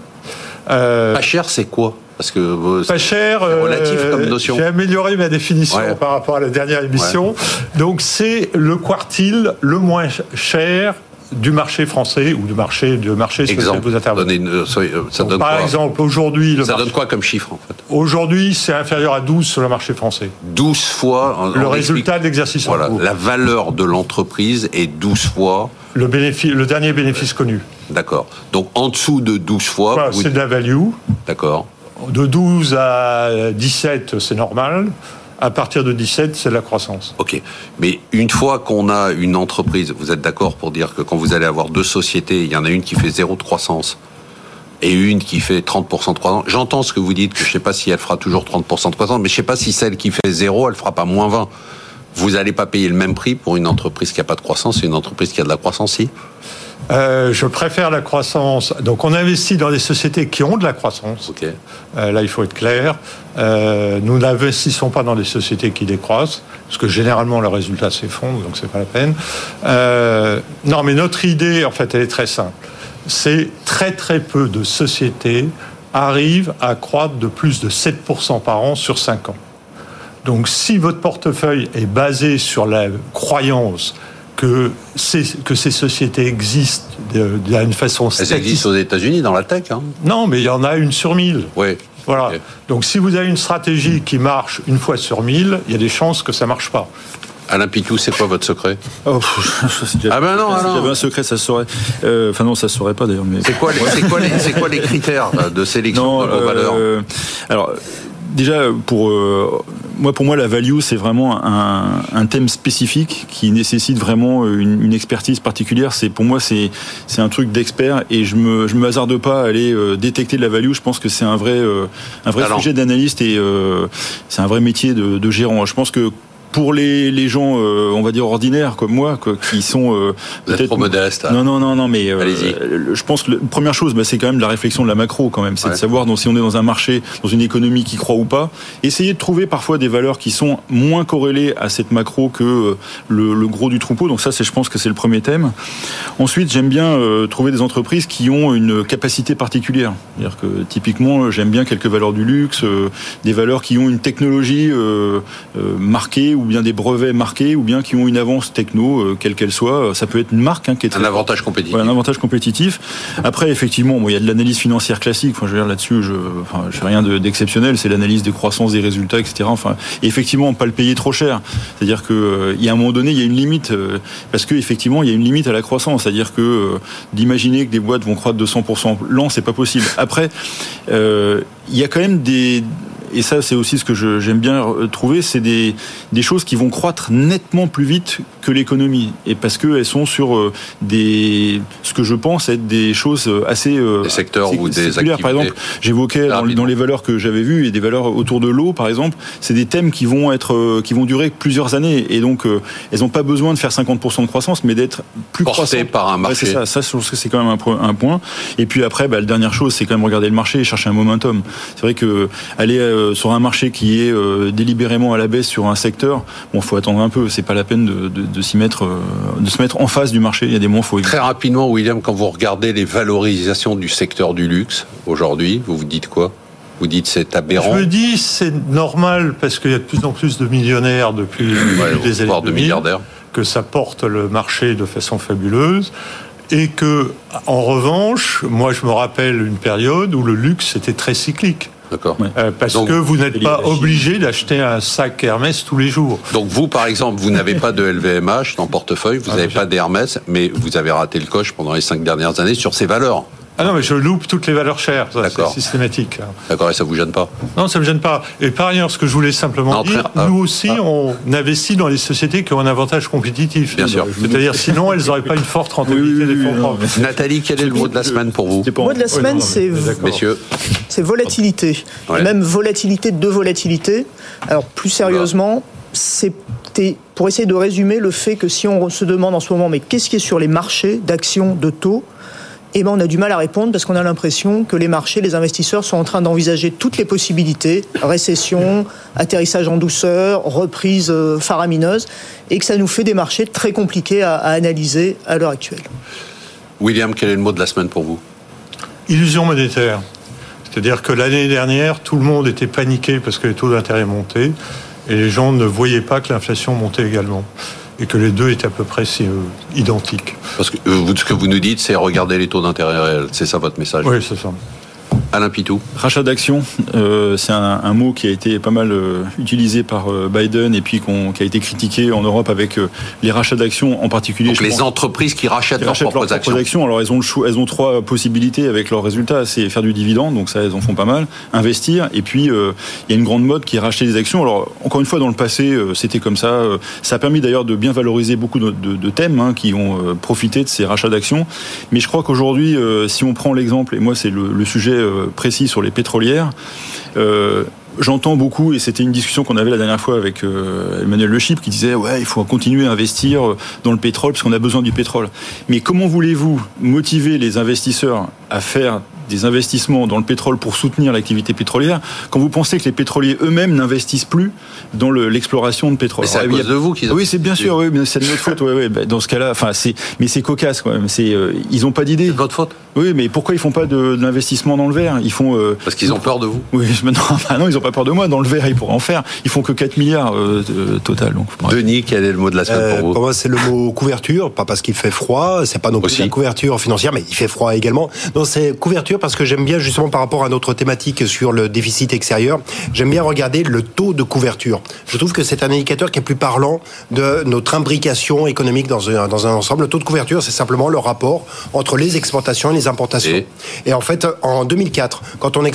S2: Pas cher, c'est quoi? Parce que
S4: pas cher,
S2: relatif comme notion.
S4: J'ai amélioré ma définition par rapport à la dernière émission. Ouais. Donc, c'est le quartile le moins cher du marché français ou du marché sur lequel vous intervenez.
S2: Ça donne
S4: par
S2: quoi?
S4: exemple, aujourd'hui...
S2: Ça donne quoi comme chiffre, en fait?
S4: Aujourd'hui, c'est inférieur à 12 sur le marché français.
S2: 12 fois...
S4: Le résultat de l'exercice en cours.
S2: La valeur de l'entreprise est 12 fois...
S4: Le dernier bénéfice connu.
S2: D'accord. Donc, en dessous de 12 fois...
S4: Voilà, c'est de la value.
S2: D'accord.
S4: De 12 à 17, c'est normal. À partir de 17, c'est de la croissance.
S2: Ok. Mais une fois qu'on a une entreprise, vous êtes d'accord pour dire que quand vous allez avoir 2 sociétés, il y en a une qui fait 0 de croissance et une qui fait 30% de croissance. J'entends ce que vous dites, que je ne sais pas si elle fera toujours 30% de croissance, mais je ne sais pas si celle qui fait 0, elle ne fera pas moins 20. Vous n'allez pas payer le même prix pour une entreprise qui n'a pas de croissance et une entreprise qui a de la croissance, si?
S4: Je préfère la croissance. Donc, on investit dans des sociétés qui ont de la croissance.
S2: Okay.
S4: Là, il faut être clair. Nous n'investissons pas dans des sociétés qui décroissent, parce que généralement, leurs résultats s'effondrent, donc c'est pas la peine. Non, mais notre idée, en fait, elle est très simple. C'est très, très peu de sociétés arrivent à croître de plus de 7% par an sur 5 ans. Donc, si votre portefeuille est basé sur la croyance que ces sociétés existent d'une façon statistique.
S2: Elles existent aux États-Unis dans la tech, hein?
S4: Non, mais il y en a une sur 1000.
S2: Oui.
S4: Voilà.
S2: Okay.
S4: Donc, si vous avez une stratégie qui marche une fois sur 1000, il y a des chances que ça marche pas.
S2: Alain Pitou, c'est quoi votre secret?
S5: Ah
S2: ben non,
S5: si j'avais un secret, ça se saurait. Enfin non, ça se saurait pas d'ailleurs. Mais...
S2: C'est quoi les critères de sélection de vos valeurs?
S5: Alors. Déjà, pour moi, la value, c'est vraiment un thème spécifique qui nécessite vraiment une expertise particulière. Pour moi, c'est un truc d'expert et je me hasarde pas à aller détecter de la value. Je pense que c'est un vrai sujet d'analyste et c'est un vrai métier de gérant. Je pense que pour les gens, on va dire ordinaires comme moi, qui sont
S2: vous êtes trop modeste.
S5: Non, mais
S2: allez-y.
S5: Je pense que la première chose, c'est quand même la réflexion de la macro, quand même, c'est de savoir si on est dans un marché, dans une économie qui croît ou pas. Essayer de trouver parfois des valeurs qui sont moins corrélées à cette macro que le gros du troupeau. Donc ça, je pense que c'est le premier thème. Ensuite, j'aime bien trouver des entreprises qui ont une capacité particulière. C'est-à-dire que typiquement, j'aime bien quelques valeurs du luxe, des valeurs qui ont une technologie marquée ou bien des brevets marqués, ou bien qui ont une avance techno, quelle qu'elle soit. Ça peut être une marque qui est très...
S2: Un avantage compétitif.
S5: Ouais, un avantage compétitif. Après, effectivement, il y a de l'analyse financière classique. Enfin, je veux dire, là-dessus, je fais rien d'exceptionnel. C'est l'analyse des croissances, des résultats, etc. Enfin, et effectivement, pas le payer trop cher. C'est-à-dire que il y a un moment donné, il y a une limite, parce que effectivement, il y a une limite à la croissance. C'est-à-dire que d'imaginer que des boîtes vont croître 200% l'an, c'est pas possible. Après, il y a quand même et ça c'est aussi ce que j'aime bien trouver, c'est des choses qui vont croître nettement plus vite que l'économie, et parce que elles sont sur ce que je pense être des choses assez
S2: des secteurs ou des activités.
S5: Par exemple, j'évoquais dans les valeurs que j'avais vues, et des valeurs autour de l'eau par exemple, c'est des thèmes qui vont durer plusieurs années, et donc elles n'ont pas besoin de faire 50% de croissance, mais d'être plus
S2: portées par un marché.
S5: Ouais, c'est ça, je trouve que c'est quand même un point. Et puis après, la dernière chose, c'est quand même regarder le marché et chercher un momentum. C'est vrai que aller sur un marché qui est délibérément à la baisse sur un secteur, faut attendre un peu. C'est pas la peine de se mettre en face du marché. Il y a des moments,
S2: Très rapidement, William, quand vous regardez les valorisations du secteur du luxe aujourd'hui, vous vous dites quoi? Vous dites c'est aberrant?
S4: Je me dis c'est normal parce qu'il y a de plus en plus de millionnaires depuis des années 2000,
S2: milliardaires,
S4: que ça porte le marché de façon fabuleuse. Et que, en revanche, moi je me rappelle une période où le luxe était très cyclique.
S2: D'accord.
S4: Parce que vous n'êtes pas obligé d'acheter un sac Hermès tous les jours.
S2: Donc vous, par exemple, vous n'avez pas de LVMH dans le portefeuille, vous n'avez pas d'Hermès, mais vous avez raté le coche pendant les 5 dernières années sur ces valeurs.
S4: Ah non, mais je loupe toutes les valeurs chères, ça, c'est systématique.
S2: D'accord, et ça vous gêne pas?
S4: Non, ça me gêne pas. Et par ailleurs, ce que je voulais simplement dire, nous aussi, on investit dans les sociétés qui ont un avantage compétitif.
S2: Bien sûr.
S4: C'est-à-dire, sinon, elles n'auraient pas une forte rentabilité des fonds propres.
S2: Nathalie, quel est le mot de la semaine pour vous?
S3: Le mot de la semaine,
S2: Messieurs.
S3: C'est volatilité. Ouais. Et même volatilité de volatilité. Alors, plus sérieusement, c'était pour essayer de résumer le fait que si on se demande en ce moment, mais qu'est-ce qui est sur les marchés d'actions, de taux, on a du mal à répondre parce qu'on a l'impression que les marchés, les investisseurs sont en train d'envisager toutes les possibilités, récession, atterrissage en douceur, reprise faramineuse, et que ça nous fait des marchés très compliqués à analyser à l'heure actuelle.
S2: William, quel est le mot de la semaine pour vous?
S4: Illusion monétaire. C'est-à-dire que l'année dernière, tout le monde était paniqué parce que les taux d'intérêt montaient, et les gens ne voyaient pas que l'inflation montait également. Et que les deux étaient à peu près identiques.
S2: Parce que ce que vous nous dites, c'est regarder les taux d'intérêt réels. C'est ça votre message?
S4: Oui, c'est ça.
S2: Alain Pitou.
S5: Rachat d'actions, c'est un mot qui a été pas mal utilisé par Biden et puis qui a été critiqué en Europe avec les rachats d'actions en particulier.
S2: Donc les entreprises qui rachètent leurs propres actions.
S5: Alors elles ont 3 possibilités avec leurs résultats. C'est faire du dividende, donc ça elles en font pas mal, investir, et puis il y a une grande mode qui est racheter des actions. Alors encore une fois, dans le passé, c'était comme ça. Ça a permis d'ailleurs de bien valoriser beaucoup de thèmes qui ont profité de ces rachats d'actions. Mais je crois qu'aujourd'hui, si on prend l'exemple, et moi c'est le sujet précis sur les pétrolières, j'entends beaucoup, et c'était une discussion qu'on avait la dernière fois avec Emmanuel Le Chypre qui disait il faut continuer à investir dans le pétrole parce qu'on a besoin du pétrole. Mais comment voulez-vous motiver les investisseurs à faire des investissements dans le pétrole pour soutenir l'activité pétrolière quand vous pensez que les pétroliers eux-mêmes n'investissent plus dans l'exploration de pétrole?
S2: Mais c'est à cause de vous qu'ils ont...
S5: Oui, c'est bien sûr, mais c'est de notre faute. Dans ce cas-là, mais c'est cocasse quand même. Ils n'ont pas d'idée.
S2: C'est de votre faute.
S5: Oui, mais pourquoi ils font pas de l'investissement dans le vert? Ils font
S2: parce qu'ils ont peur de vous.
S5: Oui, non, ils ont pas peur de moi. Dans le vert, ils pourraient en faire. Ils font que 4 milliards total. Donc,
S2: Denis, quel est le mot de la semaine pour vous?
S6: Pour moi, c'est le mot couverture, pas parce qu'il fait froid. C'est pas non plus la couverture financière, mais il fait froid également. Non, c'est couverture parce que j'aime bien justement par rapport à notre thématique sur le déficit extérieur, j'aime bien regarder le taux de couverture. Je trouve que c'est un indicateur qui est plus parlant de notre imbrication économique dans un ensemble. Le taux de couverture, c'est simplement le rapport entre les exportations et les importations. Et en fait, en 2004, quand on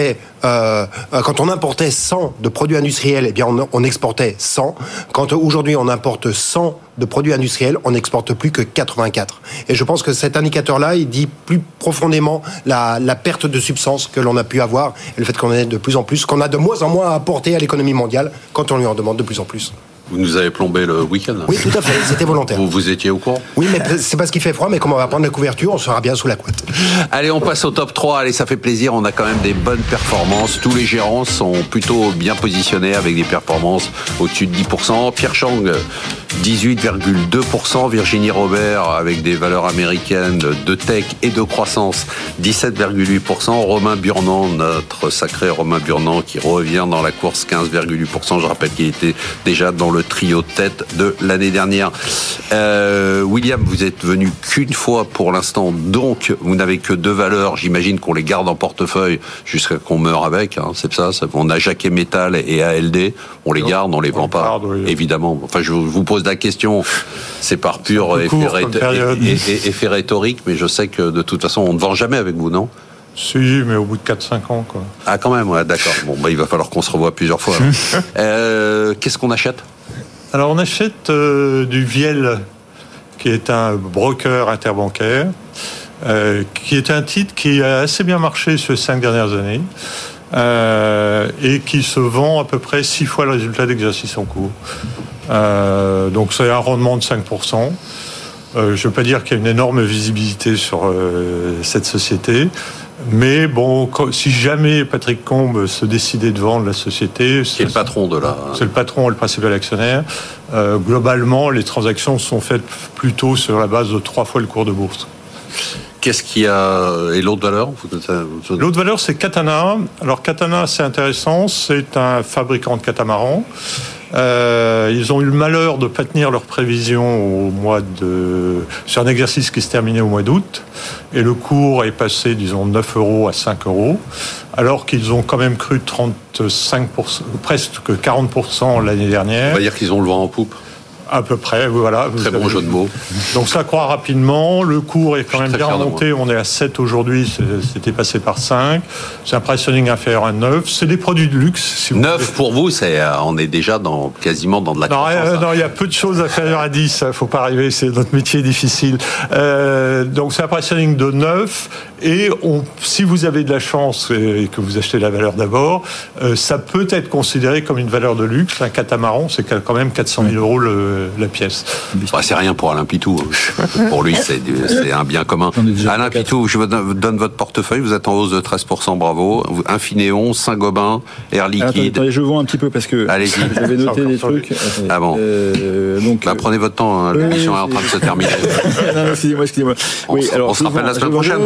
S6: importait 100 de produits industriels, on exportait 100. Quand aujourd'hui on importe 100 de produits industriels, on n'exporte plus que 84. Et je pense que cet indicateur-là, il dit plus profondément la perte de substance que l'on a pu avoir et le fait qu'on a de moins en moins à apporter à l'économie mondiale quand on lui en demande de plus en plus.
S2: Vous nous avez plombé le week-end.
S6: Oui, tout à fait, c'était volontaire.
S2: Vous étiez au courant?
S6: Oui, mais c'est parce qu'il fait froid, mais comme on va prendre la couverture, on sera bien sous la couette.
S2: Allez, on passe au top 3. Allez, ça fait plaisir, on a quand même des bonnes performances. Tous les gérants sont plutôt bien positionnés avec des performances au-dessus de 10%. Pierre Chang, 18,2%. Virginie Robert, avec des valeurs américaines de tech et de croissance, 17,8%. Romain Burnand, notre sacré Romain Burnand, qui revient dans la course, 15,8%. Je rappelle qu'il était déjà dans le trio de tête de l'année dernière. William, vous êtes venu qu'une fois pour l'instant, donc vous n'avez que 2 valeurs. J'imagine qu'on les garde en portefeuille jusqu'à qu'on meure avec. Hein, c'est ça. On a Jacquet Metal et ALD. On les garde, on les vend pas, évidemment. Enfin, je vous pose la question. C'est par pur effet rhétorique, mais je sais que de toute façon, on ne vend jamais avec vous, non ?
S4: Si, mais au bout de 4-5 ans, quoi.
S2: Ah, quand même, ouais, d'accord. Bon, il va falloir qu'on se revoie plusieurs fois. Qu'est-ce qu'on achète ?
S4: Alors, on achète du Viel, qui est un broker interbancaire, qui est un titre qui a assez bien marché sur les 5 dernières années, et qui se vend à peu près 6 fois le résultat d'exercice en cours. Donc, c'est un rendement de 5%. Je ne veux pas dire qu'il y a une énorme visibilité sur cette société, mais bon, si jamais Patrick Combe se décidait de vendre la société...
S2: C'est le patron de la...
S4: C'est le patron et le principal actionnaire. Globalement, les transactions sont faites plutôt sur la base de 3 fois le cours de bourse.
S2: Qu'est-ce qu'il y a... Et l'autre valeur ?
S4: L'autre valeur, c'est Katana. Alors, Katana, c'est intéressant. C'est un fabricant de catamarans. Ils ont eu le malheur de ne pas tenir leurs prévisions sur un exercice qui se terminait au mois d'août. Et le cours est passé, disons, 9 € à 5 €, alors qu'ils ont quand même cru 35%, presque 40% l'année dernière.
S2: On va dire qu'ils ont le vent en poupe.
S4: À peu près, voilà.
S2: Très bon jeu de mots.
S4: Donc ça croît rapidement, le cours est quand même bien remonté, on est à 7 aujourd'hui, c'était passé par 5, c'est un pricing inférieur à 9, c'est des produits de luxe. Si
S2: 9 pour vous, on est déjà quasiment dans de la croissance.
S4: Non, il y a peu de choses inférieures à 10, il ne faut pas arriver, notre métier est difficile. Donc c'est un pricing de 9, et si vous avez de la chance et que vous achetez la valeur d'abord, ça peut être considéré comme une valeur de luxe, un catamaran, c'est quand même 400 000 € la pièce.
S2: Bah, c'est rien pour Alain Pitou. Pour lui, c'est un bien commun. Alain Pitou, je vous donne votre portefeuille. Vous êtes en hausse de 13%, bravo. Infineon, Saint-Gobain, Air Liquide.
S5: Attendez, je vends un petit peu parce que
S2: allez-y.
S5: J'avais noté des trucs. Attendez.
S2: Ah bon. Donc, prenez votre temps. Hein, l'émission est en train de se terminer.
S5: Non, excusez-moi. Oui, alors
S2: on se rappelle la semaine prochaine.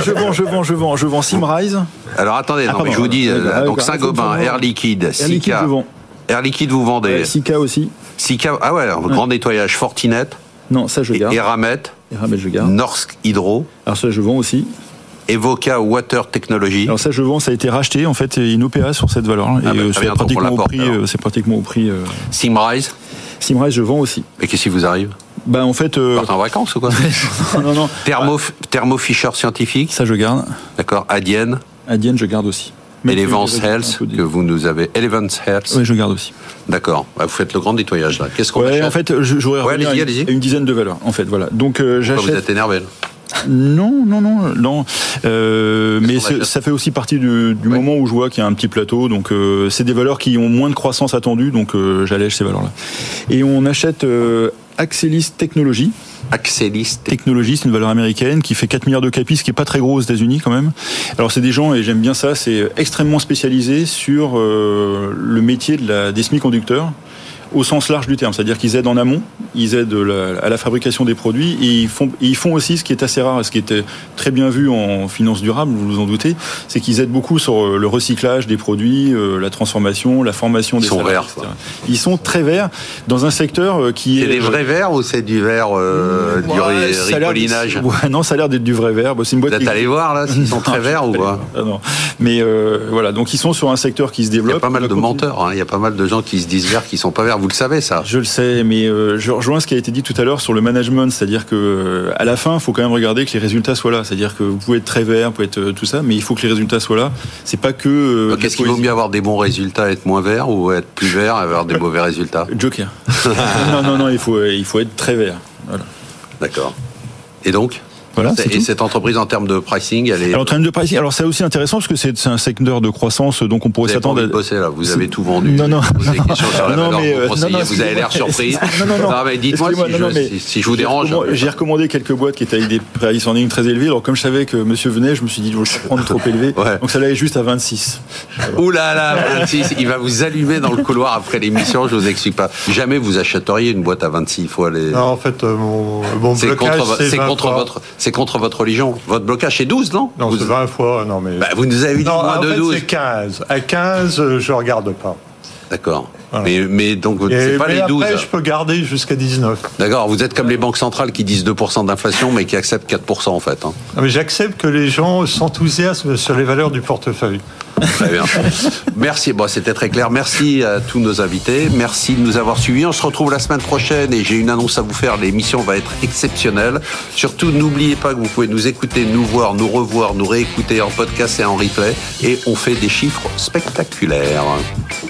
S5: Je vends Simrise.
S2: Alors attendez, mais je vous dis. Donc Saint-Gobain, Air Liquide, Sika. Air Liquide, vous vendez.
S5: Sika aussi.
S2: Sika, grand nettoyage. Fortinet.
S5: Non, ça je garde.
S2: Eramet,
S5: je garde.
S2: Norsk Hydro.
S5: Alors ça je vends aussi.
S2: Evoca Water Technology.
S5: Alors ça je vends, ça a été racheté en fait, et Inopéra sur cette valeur. C'est pratiquement au prix.
S2: Simrise.
S5: Simrise je vends aussi.
S2: Et qu'est-ce qui vous arrive ?
S5: Bah en fait.
S2: Partez en vacances ou quoi ?
S5: Non.
S2: Thermo Fisher Scientifique.
S5: Ça je garde.
S2: D'accord. Adyen
S5: je garde aussi.
S2: Elevance Health, que vous nous avez. Elevance Health.
S5: Oui, je garde aussi.
S2: D'accord. Vous faites le grand nettoyage là. Qu'est-ce qu'on achète ?
S5: En fait, j'aurais une dizaine de valeurs. En fait, voilà. Donc j'achète.
S2: Vous êtes énervé là ?
S5: Non. Mais ça fait aussi partie du moment où je vois qu'il y a un petit plateau. Donc c'est des valeurs qui ont moins de croissance attendue. Donc j'allège ces valeurs-là. Et on achète Axelis Technologies.
S2: Axelis
S5: Technologies, c'est une valeur américaine qui fait 4 milliards de capis, ce qui est pas très gros aux États-Unis quand même. Alors c'est des gens, et j'aime bien ça, c'est extrêmement spécialisé sur le métier des semi-conducteurs au sens large du terme, c'est-à-dire qu'ils aident en amont, ils aident à la fabrication des produits, et ils font aussi ce qui est assez rare, ce qui était très bien vu en finance durable, vous vous en doutez, c'est qu'ils aident beaucoup sur le recyclage des produits, la transformation, la formation des salariés.
S2: Ils sont verts, quoi.
S5: Ils sont très verts dans un secteur qui est...
S2: C'est des vrais verts ou c'est du vert du ripollinage ?
S5: Non, ça a l'air d'être du vrai vert. C'est une boîte.
S2: Vous êtes allé voir là s'ils sont très verts ou pas ?
S5: Non. Mais voilà, donc ils sont sur un secteur qui se développe.
S2: Il y a pas mal de menteurs, il y a pas mal de gens qui se disent verts qui sont pas verts. Vous le savez ça ?
S5: Je le sais, mais je rejoins ce qui a été dit tout à l'heure sur le management, c'est-à-dire que à la fin, il faut quand même regarder que les résultats soient là. C'est-à-dire que vous pouvez être très vert, vous pouvez être tout ça, mais il faut que les résultats soient là. C'est pas que.
S2: Qu'est-ce qu'il vaut mieux avoir des bons résultats, être moins vert, ou être plus vert, avoir des mauvais résultats ?
S5: Joker. Non, il faut être très vert. Voilà.
S2: D'accord. Et donc ?
S5: Voilà,
S2: et cette entreprise, en termes de pricing, elle est...
S5: Alors, en termes de pricing, alors c'est aussi intéressant parce que c'est un secteur de croissance, donc on pourrait s'attendre
S2: à... Bosser, là. Vous avez tout vendu.
S5: Non.
S2: Vous avez l'air surpris. Non, mais dites-moi si je vous dérange.
S5: J'ai recommandé quelques boîtes qui étaient avec des price earnings très élevés. Alors, comme je savais que monsieur venait, je me suis dit, je vais prendre trop élevé. Donc, ça allait juste à 26.
S2: Ouh là là, 26. Il va vous allumer dans le couloir après l'émission, je vous explique pas. Jamais vous achèteriez une boîte à 26. Il faut aller...
S4: Non, en fait, mon blocage,
S2: c'est contre votre religion. Votre blocage, c'est 12, non?
S4: Non, c'est 20 fois. Non, mais...
S2: vous nous avez dit moins de 12.
S4: C'est 15. À 15, je regarde pas.
S2: D'accord. Voilà. Mais donc, c'est pas les 12.
S4: Après, je peux garder jusqu'à 19.
S2: D'accord. Vous êtes comme les banques centrales qui disent 2% d'inflation, mais qui acceptent 4% en fait.
S4: Mais j'accepte que les gens s'enthousiasment sur les valeurs du portefeuille.
S2: Très bien. Merci. Bon, c'était très clair. Merci à tous nos invités. Merci de nous avoir suivis. On se retrouve la semaine prochaine et j'ai une annonce à vous faire. L'émission va être exceptionnelle. Surtout, n'oubliez pas que vous pouvez nous écouter, nous voir, nous revoir, nous réécouter en podcast et en replay. Et on fait des chiffres spectaculaires.